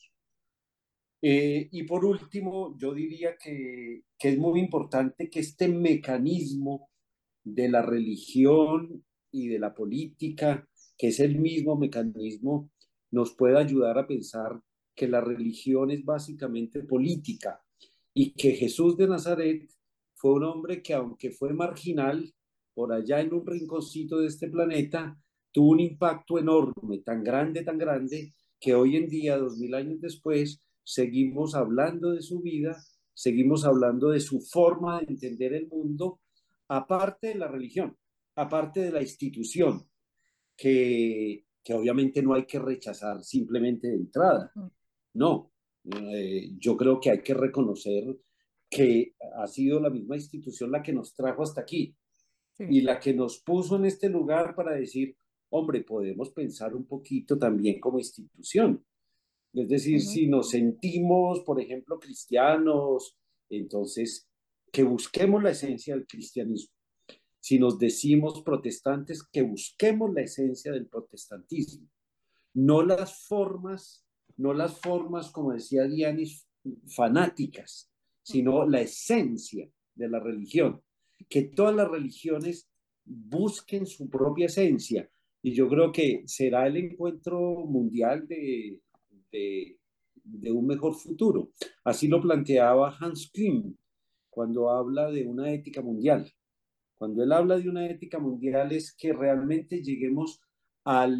Eh, y por último, yo diría que, que es muy importante que este mecanismo de la religión y de la política, que es el mismo mecanismo, nos pueda ayudar a pensar que la religión es básicamente política y que Jesús de Nazaret fue un hombre que, aunque fue marginal por allá en un rinconcito de este planeta, tuvo un impacto enorme, tan grande, tan grande, que hoy en día, dos mil años después, seguimos hablando de su vida, seguimos hablando de su forma de entender el mundo, aparte de la religión, aparte de la institución, que, que obviamente no hay que rechazar simplemente de entrada. Ujú. No, eh, yo creo que hay que reconocer que ha sido la misma institución la que nos trajo hasta aquí Sí. y la que nos puso en este lugar para decir, hombre, podemos pensar un poquito también como institución. Es decir, Ujú. si nos sentimos, por ejemplo, cristianos, entonces que busquemos la esencia del cristianismo. Si nos decimos protestantes, que busquemos la esencia del protestantismo, no las formas, no las formas, como decía Dianis, fanáticas, sino la esencia de la religión. Que todas las religiones busquen su propia esencia. Y yo creo que será el encuentro mundial de, de, de un mejor futuro. Así lo planteaba Hans Kuhn cuando habla de una ética mundial. Cuando él habla de una ética mundial es que realmente lleguemos al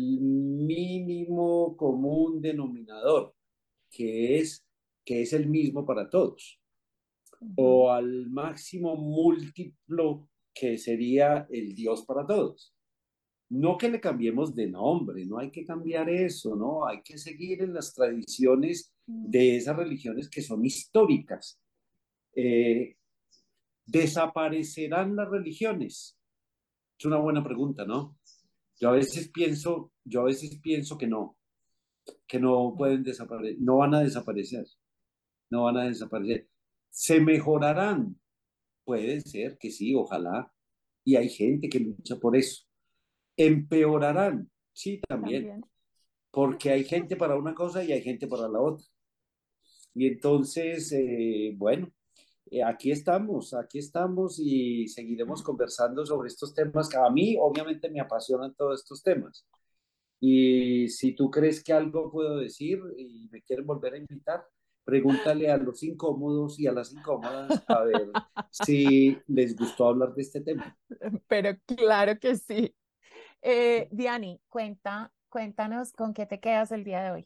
mínimo común denominador, que es, que es el mismo para todos, Ujú. o al máximo múltiplo, que sería el Dios para todos. No que le cambiemos de nombre, no hay que cambiar eso, no, hay que seguir en las tradiciones Mm. de esas religiones que son históricas. Eh, ¿Desaparecerán las religiones? Es una buena pregunta, ¿no? Yo a veces pienso, yo a veces pienso que no, que no No. pueden desaparecer, no van a desaparecer, no van a desaparecer. ¿Se mejorarán? Puede ser que sí, ojalá. Y hay gente que lucha por eso. ¿Empeorarán? Sí, también, También. porque hay gente para una cosa y hay gente para la otra. Y entonces, eh, bueno, eh, aquí estamos, aquí estamos y seguiremos conversando sobre estos temas que a mí obviamente me apasionan todos estos temas. Y si tú crees que algo puedo decir y me quieren volver a invitar, pregúntale a los incómodos y a las incómodas a ver si les gustó hablar de este tema. Pero claro que sí. Eh, Diani, cuenta, cuéntanos con qué te quedas el día de hoy.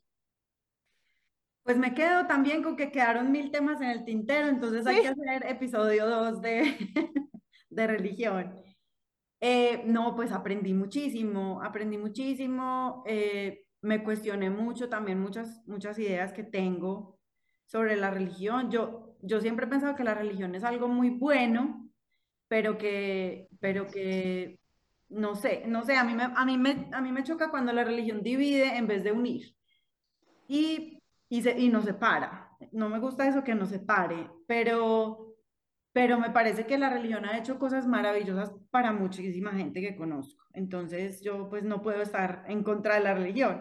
Pues me quedo también con que quedaron mil temas en el tintero, entonces hay que Sí. hacer episodio dos de, de religión. Eh, no, pues aprendí muchísimo, aprendí muchísimo, eh, me cuestioné mucho también muchas, muchas ideas que tengo sobre la religión. Yo, yo siempre he pensado que la religión es algo muy bueno, pero que, pero que, no sé, no sé, a mí me, a mí me, a mí me choca cuando la religión divide en vez de unir y, y, se, y nos separa. No me gusta eso que nos separe, pero, pero me parece que la religión ha hecho cosas maravillosas para muchísima gente que conozco. Entonces yo pues no puedo estar en contra de la religión.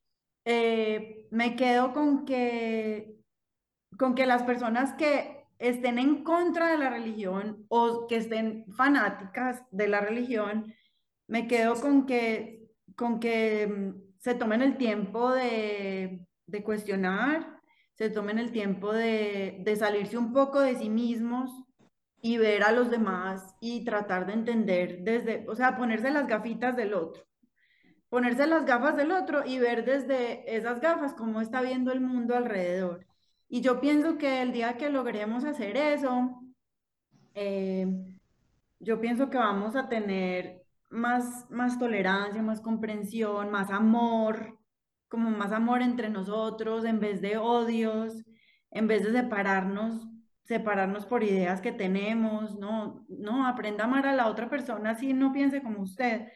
Eh, me quedo con que, con que las personas que estén en contra de la religión o que estén fanáticas de la religión, me quedo con que, con que mm, se tomen el tiempo de, de cuestionar, se tomen el tiempo de, de salirse un poco de sí mismos y ver a los demás y tratar de entender desde, o sea, ponerse las gafitas del otro, ponerse las gafas del otro y ver desde esas gafas cómo está viendo el mundo alrededor. Y yo pienso que el día que logremos hacer eso, eh, yo pienso que vamos a tener más, más tolerancia, más comprensión, más amor, como más amor entre nosotros, en vez de odios, en vez de separarnos, separarnos por ideas que tenemos, no, no, aprenda a amar a la otra persona así no piense como usted.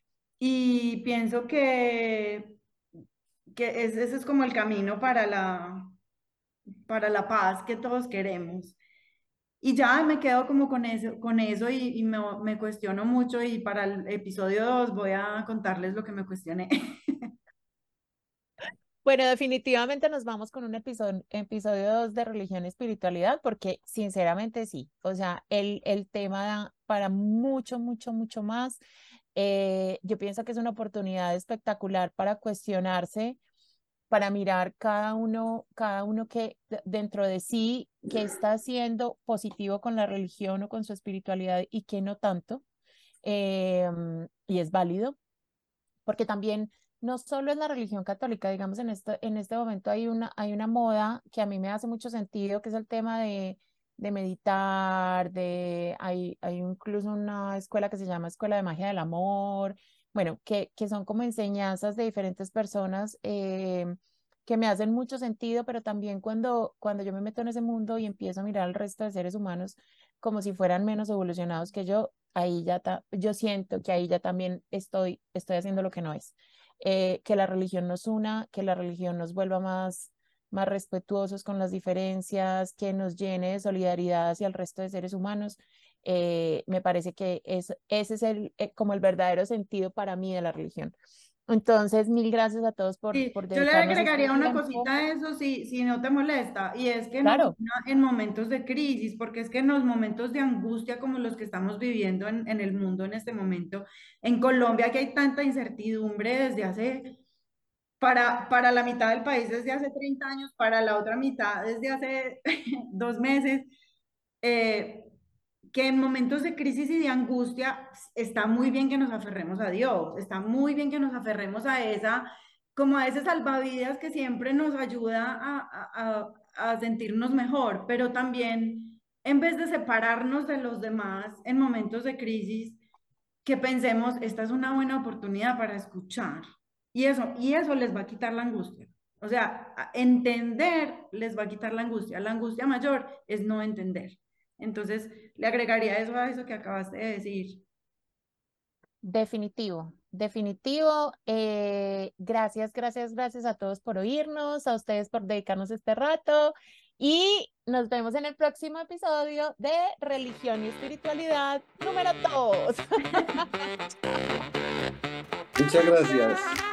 Y pienso que, que es- ese es como el camino para la, para la paz que todos queremos. Y ya me quedo como con eso, con eso y, y me, me cuestiono mucho y para el episodio dos voy a contarles lo que me cuestioné. Bueno, definitivamente nos vamos con un episodio, episodio dos de religión y espiritualidad, porque sinceramente sí, o sea, el, el tema da para mucho, mucho, mucho más. Eh, yo pienso que es una oportunidad espectacular para cuestionarse, para mirar cada uno, cada uno que d- dentro de sí, que está haciendo positivo con la religión o con su espiritualidad y que no tanto. Em, y es válido porque también no solo es la religión católica, digamos, en este, en este momento hay una, hay una moda que a mí me hace mucho sentido, que es el tema de, de meditar, de, hay, hay incluso una escuela que se llama Escuela de Magia del Amor, bueno, que, que son como enseñanzas de diferentes personas eh, que me hacen mucho sentido, pero también cuando, cuando yo me meto en ese mundo y empiezo a mirar al resto de seres humanos como si fueran menos evolucionados que yo, ahí ya ta- yo siento que ahí ya también estoy, estoy haciendo lo que no es. Eh, que la religión nos una, que la religión nos vuelva más, más respetuosos con las diferencias, que nos llene de solidaridad hacia el resto de seres humanos. Eh, me parece que es, ese es el, eh, como el verdadero sentido para mí de la religión. Entonces, mil gracias a todos por, Sí, por yo le dedicarnos este agregaría una tiempo. cosita a eso si, si no te molesta, y es que nos Claro, una en momentos de crisis, porque es que en los momentos de angustia como los que estamos viviendo en, en el mundo en este momento, en Colombia que hay tanta incertidumbre desde hace, para, para la mitad del país desde hace treinta años, para la otra mitad desde hace dos meses, eh, que en momentos de crisis y de angustia está muy bien que nos aferremos a Dios, está muy bien que nos aferremos a esa, como a ese salvavidas que siempre nos ayuda a, a, a, a sentirnos mejor, pero también en vez de separarnos de los demás en momentos de crisis, que pensemos, esta es una buena oportunidad para escuchar. Y eso, y eso les va a quitar la angustia. O sea, a- entender les va a quitar la angustia. La angustia mayor es no entender. Entonces, le agregaría eso a eso que acabaste de decir. definitivo, definitivo. Eh, gracias, gracias, gracias a todos por oírnos, a ustedes por dedicarnos este rato y nos vemos en el próximo episodio de Religión y Espiritualidad número dos. Muchas gracias.